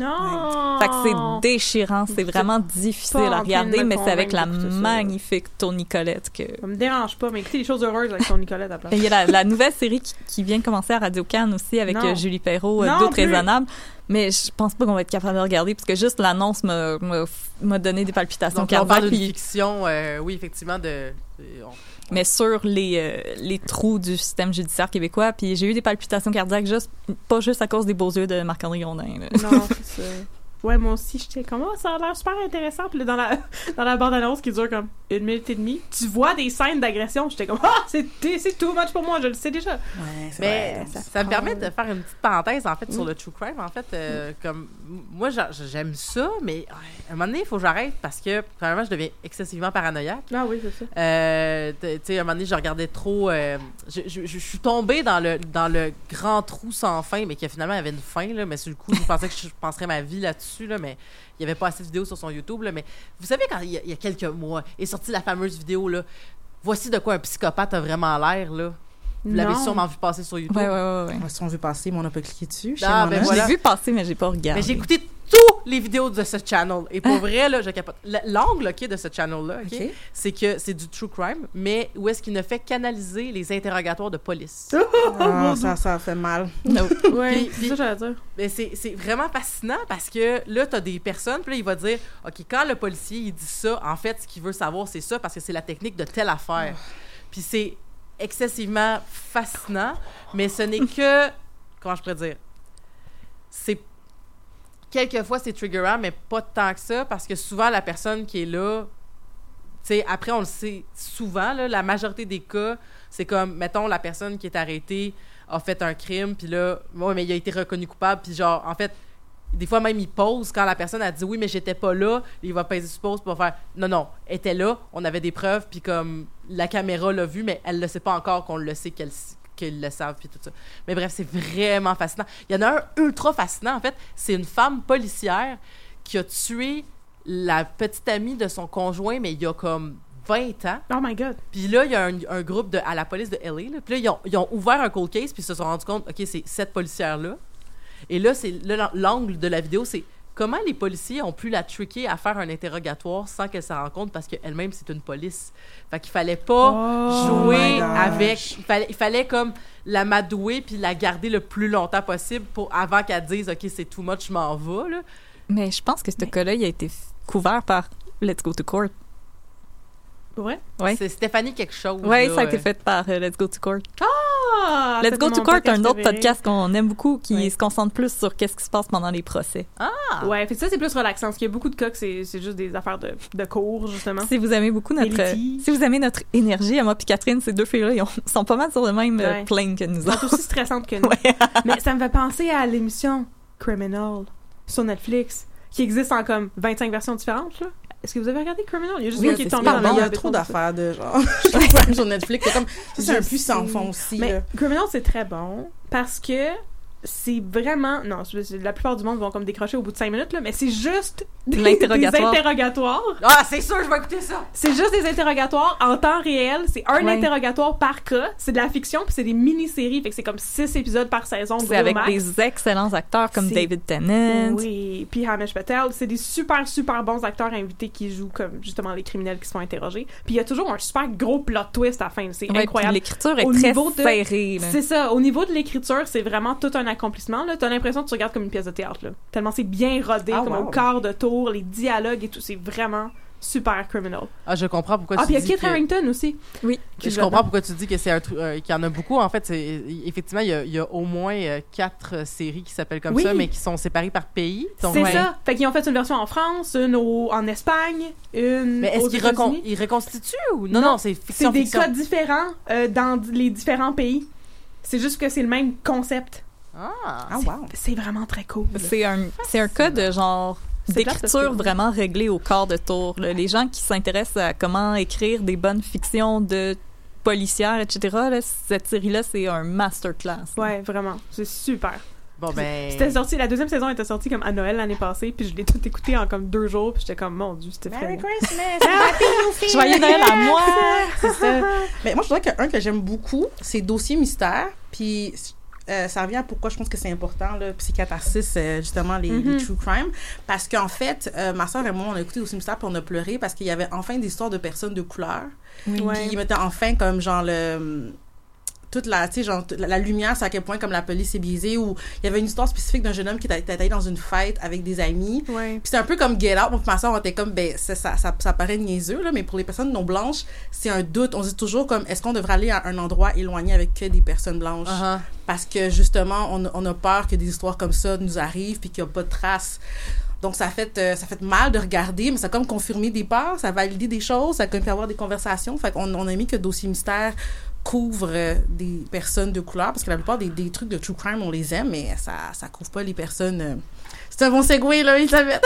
Non! Fait que c'est déchirant, c'est vraiment difficile pas à en train de regarder, me mais c'est avec la convaincre d'écouter ça. magnifique Toni Collette que. Ça me dérange pas, mais écoutez les choses heureuses avec son Nicolette à la place. Et il y a la, la nouvelle série qui, qui vient de commencer à Radio-Can aussi avec Non. euh, Julie Perrault, euh, Non Doute plus. raisonnable. Mais je pense pas qu'on va être capable de regarder parce que juste l'annonce m'a, m'a, m'a donné des palpitations Donc, on parle cardiaques. d'une puis- fiction, euh, oui, effectivement, de... de- on- mais sur les, euh, les trous du système judiciaire québécois. Puis j'ai eu des palpitations cardiaques, juste, pas juste à cause des beaux yeux de Marc-André Gondin. là. Non, c'est ça. Ouais, moi aussi, j'étais comme, oh, ça a l'air super intéressant. Puis là, dans la, dans la bande-annonce qui dure comme une minute et demie, tu vois des scènes d'agression. J'étais comme, ah, c'est, c'est too much pour moi, je le sais déjà. Ouais, c'est Mais vrai. ça, ça me prend- permet de faire une petite parenthèse, en fait, sur Mm. le true crime. En fait, euh, comme moi, j'a- j'aime ça, mais ouais, à un moment donné, il faut que j'arrête parce que, premièrement, je deviens excessivement paranoïaque. Ah oui, c'est ça. Euh, t- tu sais, à un moment donné, je regardais trop... euh, je, je- je suis tombée dans le, dans le grand trou sans fin, mais qui finalement avait une fin, là, mais sur le coup, je pensais que je passerais ma vie là-dessus, là, mais il n'y avait pas assez de vidéos sur son YouTube. Là, mais vous savez, quand il y, a, il y a quelques mois est sortie la fameuse vidéo, là, voici de quoi un psychopathe a vraiment l'air, là. Vous l'avez Non. sûrement vu passer sur YouTube. Ouais, ouais, ouais. ouais. Ouais, si on veut passer, mais on n'a pas cliqué dessus. chez Ah, Mona. ben Je voilà. l'ai vu passer, mais j'ai pas regardé. Mais j'ai écouté tous les vidéos de ce channel. Et pour vrai, là, je capote. L- L'angle ok, de ce channel-là, ok, OK. c'est que c'est du true crime, mais où est-ce qu'il ne fait qu'analyser les interrogatoires de police. Ah, ça, ça fait mal. Ouais, Puis- c'est ça que j'allais dire. Mais c'est c'est vraiment fascinant parce que là, t'as des personnes, puis là, il va dire, OK, quand le policier, il dit ça, en fait, ce qu'il veut savoir, c'est ça, parce que c'est la technique de telle affaire. Puis c'est excessivement fascinant, mais ce n'est que... Comment je pourrais dire? C'est... Quelquefois, c'est triggerant, mais pas tant que ça, parce que souvent, la personne qui est là... Tu sais, après, on le sait souvent, là, la majorité des cas, c'est comme, mettons, la personne qui est arrêtée a fait un crime, puis là, ouais, mais il a été reconnu coupable, puis genre, en fait, des fois même, il pose quand la personne a dit « Oui, mais j'étais pas là », il va peser sur pause pour faire « Non, non, elle était là, on avait des preuves, puis comme, la caméra l'a vu, mais elle le sait pas encore qu'on le sait qu'elle qu'ils le savent, puis tout ça. » Mais bref, c'est vraiment fascinant. Il y en a un ultra fascinant, en fait, c'est une femme policière qui a tué la petite amie de son conjoint, mais il y a comme vingt ans. Oh my God. Puis là, il y a un, un groupe de, à la police de L A. Là. Puis là, ils ont, ils ont ouvert un cold case, puis ils se sont rendus compte, OK, c'est cette policière-là. Et là, c'est là, l'angle de la vidéo, c'est comment les policiers ont pu la tricker à faire un interrogatoire sans qu'elle s'en rende compte parce qu'elle-même, c'est une police. Fait qu'il fallait pas Oh jouer my gosh. avec... Il fallait, il fallait comme la madouer puis la garder le plus longtemps possible pour, avant qu'elle dise, OK, c'est too much, je m'en vais, là. Mais je pense que ce cas-là, il a été f- couvert par Let's Go to Court. Ouais. Ouais. C'est Stéphanie quelque chose. Oui, là, ça a été euh. fait par euh, Let's Go to Court. Ah! Let's ça, Go c'est to mon Court, podcast un autre préféré. podcast qu'on aime beaucoup qui Ouais. se concentre plus sur qu'est-ce qui se passe pendant les procès. Ah! Ouais, fait que ça, c'est plus relaxant, parce qu'il y a beaucoup de cas que c'est, c'est juste des affaires de, de cours, justement. Si vous aimez beaucoup notre, Des litiges. si vous aimez notre énergie, Emma et Catherine, ces deux filles-là, ils ont- sont pas mal sur le même euh, Ouais. plane que nous Elles sont autres. aussi stressantes que nous. Ouais. Mais ça me fait penser à l'émission Criminal sur Netflix, qui existe en comme vingt-cinq versions différentes, là. Est-ce que vous avez regardé Criminal? Il y a juste Oui, moi qui est c'est tombé super dans bon. la Il y a trop d'affaires de genre. Sur Netflix, c'est comme. C'est un puits sans fond aussi. Mais là. Criminal, c'est très bon parce que c'est vraiment... Non, c'est- la plupart du monde vont comme décrocher au bout de cinq minutes, là, mais c'est juste des, L'interrogatoire. des interrogatoires. Ah, c'est sûr, je vais écouter ça! C'est juste des interrogatoires en temps réel. C'est un Ouais. interrogatoire par cas. C'est de la fiction, puis c'est des mini-séries. Fait que c'est comme six épisodes par saison, C'est gros avec max. des excellents acteurs comme C'est- David Tennant. Oui, puis Hamish Patel, c'est des super, super bons acteurs invités qui jouent comme justement les criminels qui se font interroger. Puis il y a toujours un super gros plot twist à la fin. C'est Ouais, puis incroyable. l'écriture est Au très niveau de- serrée. là. C'est ça. Au niveau de l'écriture, c'est vraiment tout un accomplissement. Là. T'as l'impression que tu regardes comme une pièce de théâtre. Là. Tellement c'est bien rodé, Ah, comme wow. au quart de tour, les dialogues et tout. C'est vraiment super criminal. Ah, je comprends pourquoi Ah, tu puis il y a dis Kit que... Harington aussi. Oui. qui Je joue comprends là-dedans. pourquoi tu dis que c'est un truc euh, qu'il y en a beaucoup. En fait, c'est effectivement il y a, il y a au moins euh, quatre euh, séries qui s'appellent comme Oui. ça, mais qui sont séparées par pays. Donc, C'est ouais. ça. Fait qu'ils ont fait une version en France, une au- en Espagne, une Mais est-ce aux qu'ils recon- États-Unis. ils reconstituent ou non? Non, Non, c'est C'est fiction. des fiction. cas différents euh, dans d- les différents pays. C'est juste que c'est le même concept. Ah, Ah, wow. C'est vraiment très cool. C'est un, c'est un cas de genre C'est plate parce d'écriture que- vraiment réglée au quart de tour. là. Les gens qui s'intéressent à comment écrire des bonnes fictions de policières, et cetera, là, cette série-là, c'est un masterclass. là. Ouais, vraiment. C'est super. bon ben. C'était sorti, la deuxième saison était sortie comme à Noël l'année passée, puis je l'ai tout écouté en comme deux jours, puis j'étais comme, mon Dieu, c'était Merry fait. Christmas! Joyeux Noël à moi! C'est ça. Mais moi, je dirais qu'un que j'aime beaucoup, c'est Dossier Mystère. Puis euh, ça revient à pourquoi je pense que c'est important, là, psychatharsis, euh, justement, les, Mhm. les true crime. Parce qu'en fait, euh, ma soeur et moi, on a écouté Dossier Mystère puis on a pleuré parce qu'il y avait enfin des histoires de personnes de couleur. Ouais. Puis ils mettaient enfin comme genre le... toute la, tu sais, genre, la, la lumière, c'est à quel point comme la police est biaisée, ou il y avait une histoire spécifique d'un jeune homme qui était était allé dans une fête avec des amis. Ouais. Puis c'est un peu comme Get Out. Moi, pour ma soeur, on était comme, ben, ça, ça, ça, ça paraît niaiseux, là, mais pour les personnes non blanches, c'est un doute. On se dit toujours comme, est-ce qu'on devrait aller à un endroit éloigné avec que des personnes blanches? Uh-huh. Parce que, justement, on, on a peur que des histoires comme ça nous arrivent puis qu'il n'y a pas de traces. Donc, ça fait, euh, ça fait mal de regarder, mais ça a comme confirmé des peurs, ça a validé des choses, ça a comme fait avoir des conversations. Fait qu'on on a mis que Dossier Mystère couvre euh, des personnes de couleur, parce que la plupart des, des trucs de true crime, on les aime, mais ça ça couvre pas les personnes... euh. C'est un bon segway, là, Elisabeth!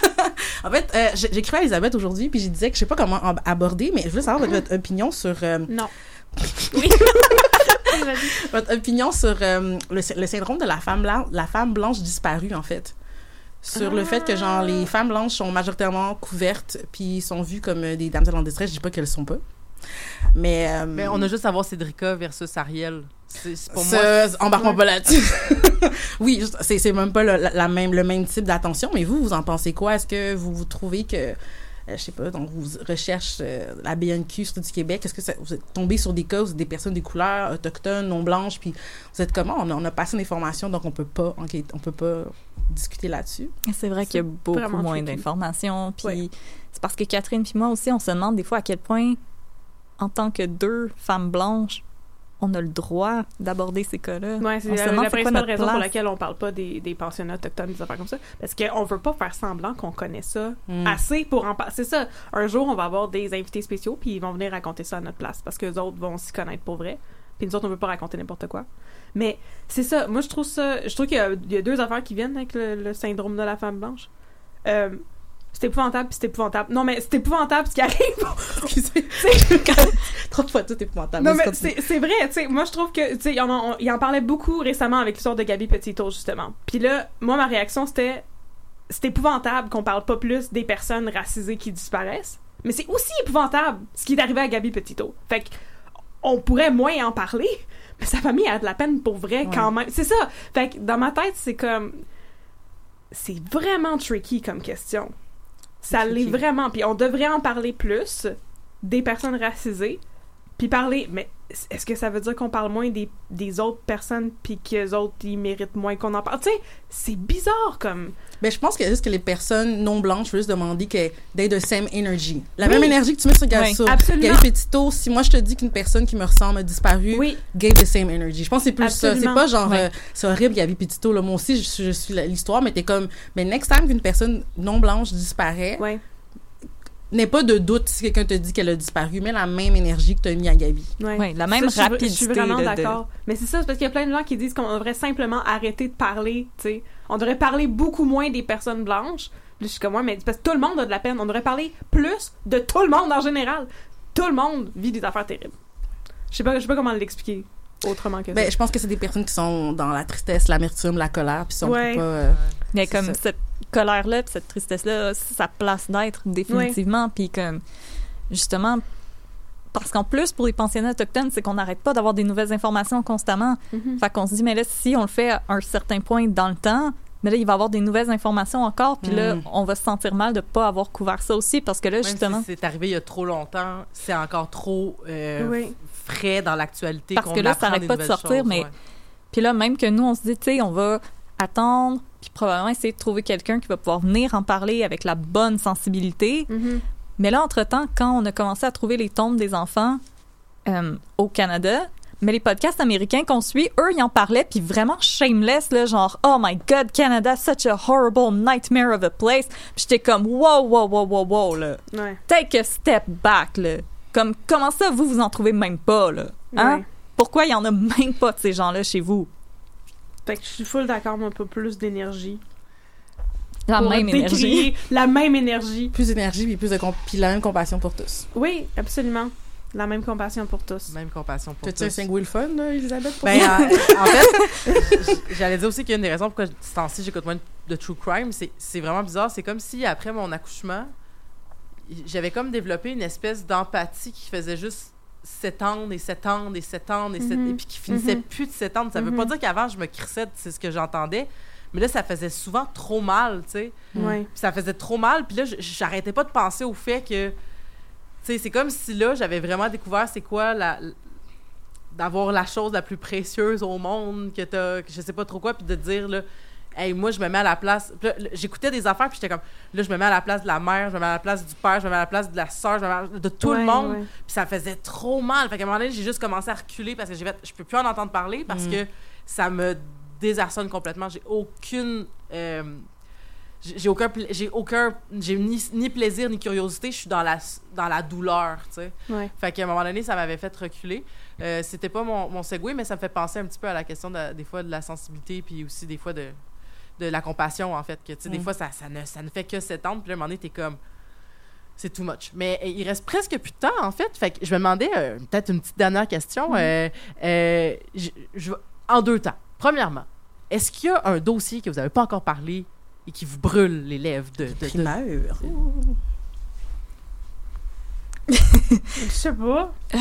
En fait, euh, j'ai- j'écrivais à Elisabeth aujourd'hui, puis je disais que je sais pas comment ab- aborder, mais je voulais savoir votre, votre opinion sur... euh, Non. votre opinion sur euh, le, le syndrome de la femme, blanche, la femme blanche disparue, en fait. Sur le fait que, genre, les femmes blanches sont majoritairement couvertes, puis sont vues comme euh, des damsels en détresse. Je dis pas qu'elles sont pas. Mais... euh, Mais on a juste à voir Cédrica versus Ariel. C'est c'est pour moi. ça, embarque-moi pas là-dessus. Oui, juste, c'est c'est même pas le, la, la même, le même type d'attention, mais vous, vous en pensez quoi? Est-ce que vous, vous trouvez que, euh, je sais pas, donc vous recherchez euh, la B N Q sur du Québec, est-ce que ça, vous êtes tombé sur des cas où c'est des personnes des couleurs, autochtones, non blanches, puis vous êtes comment? On a, on a passé d'informations, donc on peut pas, enquêter, on peut pas discuter là-dessus. C'est vrai qu'il y a beaucoup vraiment moins tricky. d'informations. Puis Ouais. c'est parce que Catherine puis moi aussi, on se demande des fois à quel point, en tant que deux femmes blanches, on a le droit d'aborder ces cas-là. Ouais, c'est On se la, demande la c'est quoi principale notre raison pour place. laquelle on parle pas des, des pensionnats autochtones, des affaires comme ça. Parce qu'on veut pas faire semblant qu'on connaît ça Mm. assez pour en parler. C'est ça. Un jour, on va avoir des invités spéciaux, puis ils vont venir raconter ça à notre place. Parce que les autres vont s'y connaître pour vrai. Puis nous autres, on veut pas raconter n'importe quoi. Mais c'est ça. Moi, je trouve ça. Je trouve qu'il y a, il y a deux affaires qui viennent avec le, le syndrome de la femme blanche. Euh, c'est épouvantable, puis c'est épouvantable. Non, mais c'est épouvantable ce qui arrive. Excusez. Trop de fois, tout est épouvantable. Non, Vas-y, mais continue. c'est c'est vrai, tu sais, moi je trouve que, tu sais, il en, on- il en parlait beaucoup récemment avec l'histoire de Gabi Petito, justement. Puis là, moi, ma réaction, c'était, c'est épouvantable qu'on parle pas plus des personnes racisées qui disparaissent, mais c'est aussi épouvantable ce qui est arrivé à Gabi Petito. Fait que, on pourrait moins en parler, mais sa famille a de la peine pour vrai Ouais. quand même. C'est ça! Fait que, dans ma tête, c'est comme, c'est vraiment tricky comme question. Ça C'est l'est tricky. vraiment, puis on devrait en parler plus des personnes racisées, puis parler, mais est-ce que ça veut dire qu'on parle moins des, des autres personnes puis qu'eux autres, ils méritent moins qu'on en parle? Tu sais, c'est bizarre comme... Ben, je pense que juste que les personnes non blanches veulent juste demander que d'être the same energy. La Oui. même énergie que tu mets sur, Oui, sur absolument. Gabi Petito, si moi je te dis qu'une personne qui me ressemble a disparu, Oui, give the same energy. Je pense que c'est plus ça. Absolument. C'est pas genre, Ouais. euh, c'est horrible Gabi Petito, là. Moi aussi, je, suis- je suis la- l'histoire, mais t'es comme, mais next time qu'une personne non blanche disparaît, ouais, n'aie pas de doute si quelqu'un te dit qu'elle a disparu, mais la même énergie que t'as mis à Gabi. ouais. Oui, la même Ça, je suis- rapidité. Je suis vraiment là, de- d'accord. Mais c'est ça, c'est parce qu'il y a plein de gens qui disent qu'on devrait simplement arrêter de parler, tu sais. On devrait parler beaucoup moins des personnes blanches. Puis je suis comme, moi, mais c'est parce que tout le monde a de la peine. On devrait parler plus de tout le monde en général. Tout le monde vit des affaires terribles. Je sais pas, je sais pas comment l'expliquer. autrement que ça. Ben, je pense que c'est des personnes qui sont dans la tristesse, l'amertume, la colère, puis sont Ouais. pas... euh, Mais c'est comme ça. cette colère-là, puis cette tristesse-là, c'est sa place d'être définitivement. Puis comme, justement, parce qu'en plus, pour les pensionnats autochtones, c'est qu'on n'arrête pas d'avoir des nouvelles informations constamment. Mhm. Fait qu'on se dit, mais là, si on le fait à un certain point dans le temps, mais là, il va y avoir des nouvelles informations encore, puis là, Mm. on va se sentir mal de pas avoir couvert ça aussi, parce que là, Même justement... si c'est arrivé il y a trop longtemps, c'est encore trop euh, Oui. frais dans l'actualité. Parce qu'on que là, ça apprend arrête des pas de nouvelles sortir, choses, mais... ouais. Puis là, même que nous, on se dit, tu sais, on va attendre, puis probablement essayer de trouver quelqu'un qui va pouvoir venir en parler avec la bonne sensibilité. Mhm. Mais là, entre-temps, quand on a commencé à trouver les tombes des enfants euh, au Canada, mais les podcasts américains qu'on suit, eux, ils en parlaient, puis vraiment shameless, là, genre « Oh my God, Canada, such a horrible nightmare of a place. » Puis j'étais comme « Wow, wow, wow, wow, wow, là. Ouais. Take a step back, là. Comme, comment ça, vous, vous en trouvez même pas, là? Hein? Ouais. Pourquoi il y en a même pas de ces gens-là chez vous? » Fait que je suis full d'accord, mais un peu plus d'énergie. La Pour même décrire énergie. La même énergie. Plus d'énergie, puis plus de comp- puis la même compassion pour tous. Oui, absolument. La même compassion pour tous. Même compassion pour T'as-tu un tous. cinq Will fun, là, Elisabeth? Pour Ben, ça? en, en fait, j'allais dire aussi qu'il y a une des raisons pourquoi ce temps-ci j'écoute moins de true crime. C'est, c'est vraiment bizarre. C'est comme si après mon accouchement, j'avais comme développé une espèce d'empathie qui faisait juste s'étendre et s'étendre et s'étendre et, s'ét- Mhm. et puis qui finissait Mhm. plus de s'étendre. Ça veut Mhm. pas dire qu'avant je me crissais, c'est ce que j'entendais. Mais là, ça faisait souvent trop mal, tu sais. Ouais. Puis ça faisait trop mal. Puis là, j- j'arrêtais pas de penser au fait que, tu sais, c'est comme si là, j'avais vraiment découvert c'est quoi la, d'avoir la chose la plus précieuse au monde, que t'as, que je sais pas trop quoi, puis de dire, là, hey, moi, je me mets à la place. Puis là, j'écoutais des affaires, puis j'étais comme, là, je me mets à la place de la mère, je me mets à la place du père, je me mets à la place de la sœur, je me mets à la place de tout le Ouais, monde. ouais. Puis ça faisait trop mal. Fait qu'à un moment donné, j'ai juste commencé à reculer parce que j'ai fait, je peux plus en entendre parler parce Mm. que ça me désarçonne complètement. J'ai aucune. euh, j'ai j'ai aucun. pla- J'ai aucun. J'ai ni, ni plaisir ni curiosité. Je suis dans la, dans la douleur, tu sais. Ouais. Fait qu'à un moment donné, ça m'avait fait reculer. Euh, c'était pas mon, mon segue, mais ça me fait penser un petit peu à la question de- des fois de la sensibilité, puis aussi des fois de, de la compassion, en fait. Que, tu sais, des Mm. fois, ça, ça, ne, ça ne fait que s'étendre, puis là, à un moment donné, t'es comme. C'est too much. Mais euh, il reste presque plus de temps, en fait. Fait que je me demandais, euh, peut-être une petite dernière question. Euh, euh, je- je vais- en deux temps. Premièrement, est-ce qu'il y a un dossier que vous n'avez pas encore parlé et qui vous brûle les lèvres de. de, de- Primeur. Je sais pas. Euh,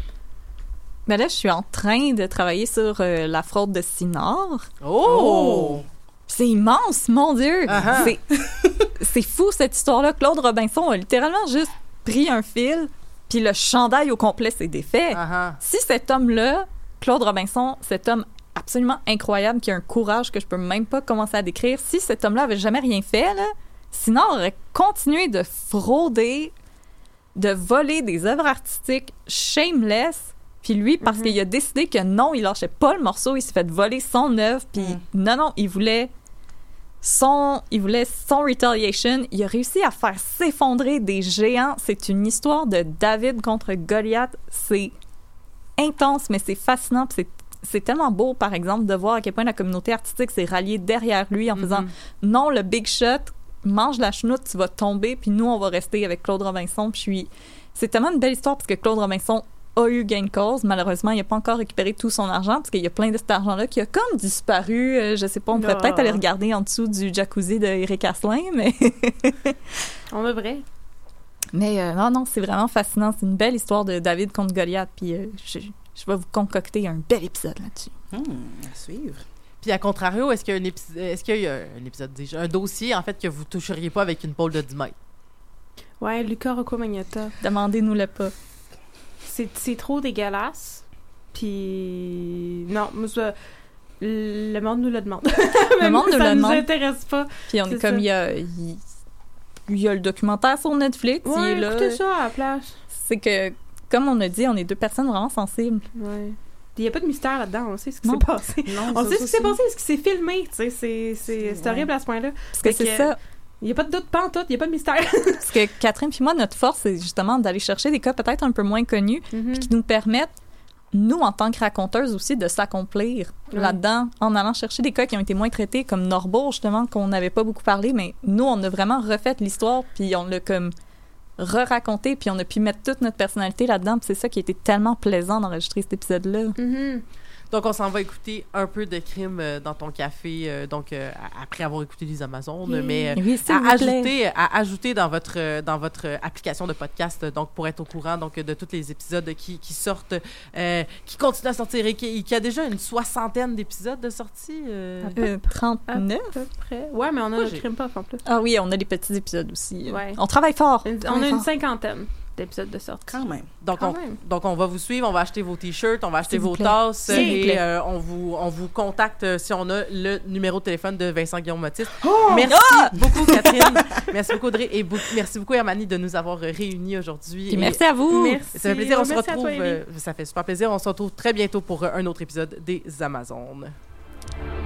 ben là, je suis en train de travailler sur euh, la fraude de Sinard. Oh! C'est immense, mon Dieu! Ah-ha. C'est, c'est fou, cette histoire-là. Claude Robinson a littéralement juste pris un fil, puis le chandail au complet s'est défait. Ah, ah. Si cet homme-là, Claude Robinson, cet homme absolument incroyable, qui a un courage que je peux même pas commencer à décrire, si cet homme-là avait jamais rien fait, là, Sinard aurait continué de frauder, de voler des œuvres artistiques shameless, puis lui, parce Mhm. qu'il a décidé que non, il lâchait pas le morceau, il s'est fait voler son œuvre, puis Mhm. non, non, il voulait son, il voulait son retaliation. Il a réussi à faire s'effondrer des géants. C'est une histoire de David contre Goliath. C'est intense, mais c'est fascinant, puis c'est c'est tellement beau, par exemple, de voir à quel point la communauté artistique s'est ralliée derrière lui en faisant Mhm. non, le big shot, mange la chenoute, tu vas tomber, puis nous, on va rester avec Claude Robinson. Puis je suis- c'est tellement une belle histoire parce que Claude Robinson a eu gain de cause. Malheureusement, il n'a pas encore récupéré tout son argent parce qu'il y a plein de cet argent-là qui a comme disparu. Euh, je sais pas, on pourrait Ah. peut-être aller regarder en dessous du jacuzzi de Eric Asselin, mais... On devrait. mais euh, non, non, c'est vraiment fascinant. C'est une belle histoire de David contre Goliath, puis euh, je, je vais vous concocter un bel épisode là-dessus. Hum, à suivre. Puis à contrario, est-ce qu'il y a un épisode, est-ce qu'il y a un épisode déjà, un dossier en fait que vous toucheriez pas avec une pôle de dix mètres? Ouais, Luca Rocco Magnotta. Demandez-nous-le pas. C'est, c'est trop dégueulasse. Puis. Non, moi, ça- le monde nous le demande. Le monde nous ça le nous demande. intéresse pas. Puis on est, C'est comme, ça. il y a, il, il y a le documentaire sur Netflix, il Ouais, est là. écoutez ça à la place. C'est que, comme on a dit, on est deux personnes vraiment sensibles. Ouais. Il n'y a pas de mystère là-dedans, on sait ce qui Non. s'est passé. Non, On ça, sait ce ça, qui s'est c'est- passé, ce qui s'est filmé, tu sais, c'est, c'est, c'est Ouais. horrible à ce point-là. Parce que Fait c'est que- ça. Il n'y a pas de doute, pas en tout, il n'y a pas de mystère. Parce que Catherine puis moi, notre force, c'est justement d'aller chercher des cas peut-être un peu moins connus, Mhm. puis qui nous permettent, nous, en tant que raconteuses aussi, de s'accomplir Ouais. là-dedans, en allant chercher des cas qui ont été moins traités, comme Norbourg, justement, qu'on n'avait pas beaucoup parlé, mais nous, on a vraiment refait l'histoire, puis on l'a comme re-raconter, puis on a pu mettre toute notre personnalité là-dedans, puis c'est ça qui a été tellement plaisant d'enregistrer cet épisode-là. Mm-hmm. Donc, on s'en va écouter un peu de crime euh, dans ton café, euh, donc euh, après avoir écouté les Amazones, Yeah. mais euh, Oui, s'il à vous plaît. ajouter, à ajouter dans votre euh, dans votre euh, application de podcast, euh, donc pour être au courant donc de tous les épisodes qui, qui sortent, euh, qui continuent à sortir et qui, qui a déjà une soixantaine d'épisodes de sortie. Euh... Euh, trente-neuf? À peu près. Ouais, mais on a Moi, le j'ai- crime puff en plus. Ah oui, on a des petits épisodes aussi. Ouais. On travaille fort. Une- On on a travaille une fort. cinquantaine d'épisodes de sortie. Quand même. Donc Quand on, même. donc, on va vous suivre, on va acheter vos T-shirts, on va acheter S'il vous vos plaît. tasses S'il vous et plaît. euh, on, vous, on vous contacte euh, si on a le numéro de téléphone de Vincent Guillaume Motis. Merci beaucoup, Catherine. Merci beaucoup, Audrey. Et beaucoup- merci beaucoup, Hermanie, de nous avoir euh, réunis aujourd'hui. Puis Et merci à vous. Merci. ça fait plaisir, on se Merci à retrouve. toi, Élie. euh, ça fait super plaisir. On se retrouve très bientôt pour euh, un autre épisode des Amazones.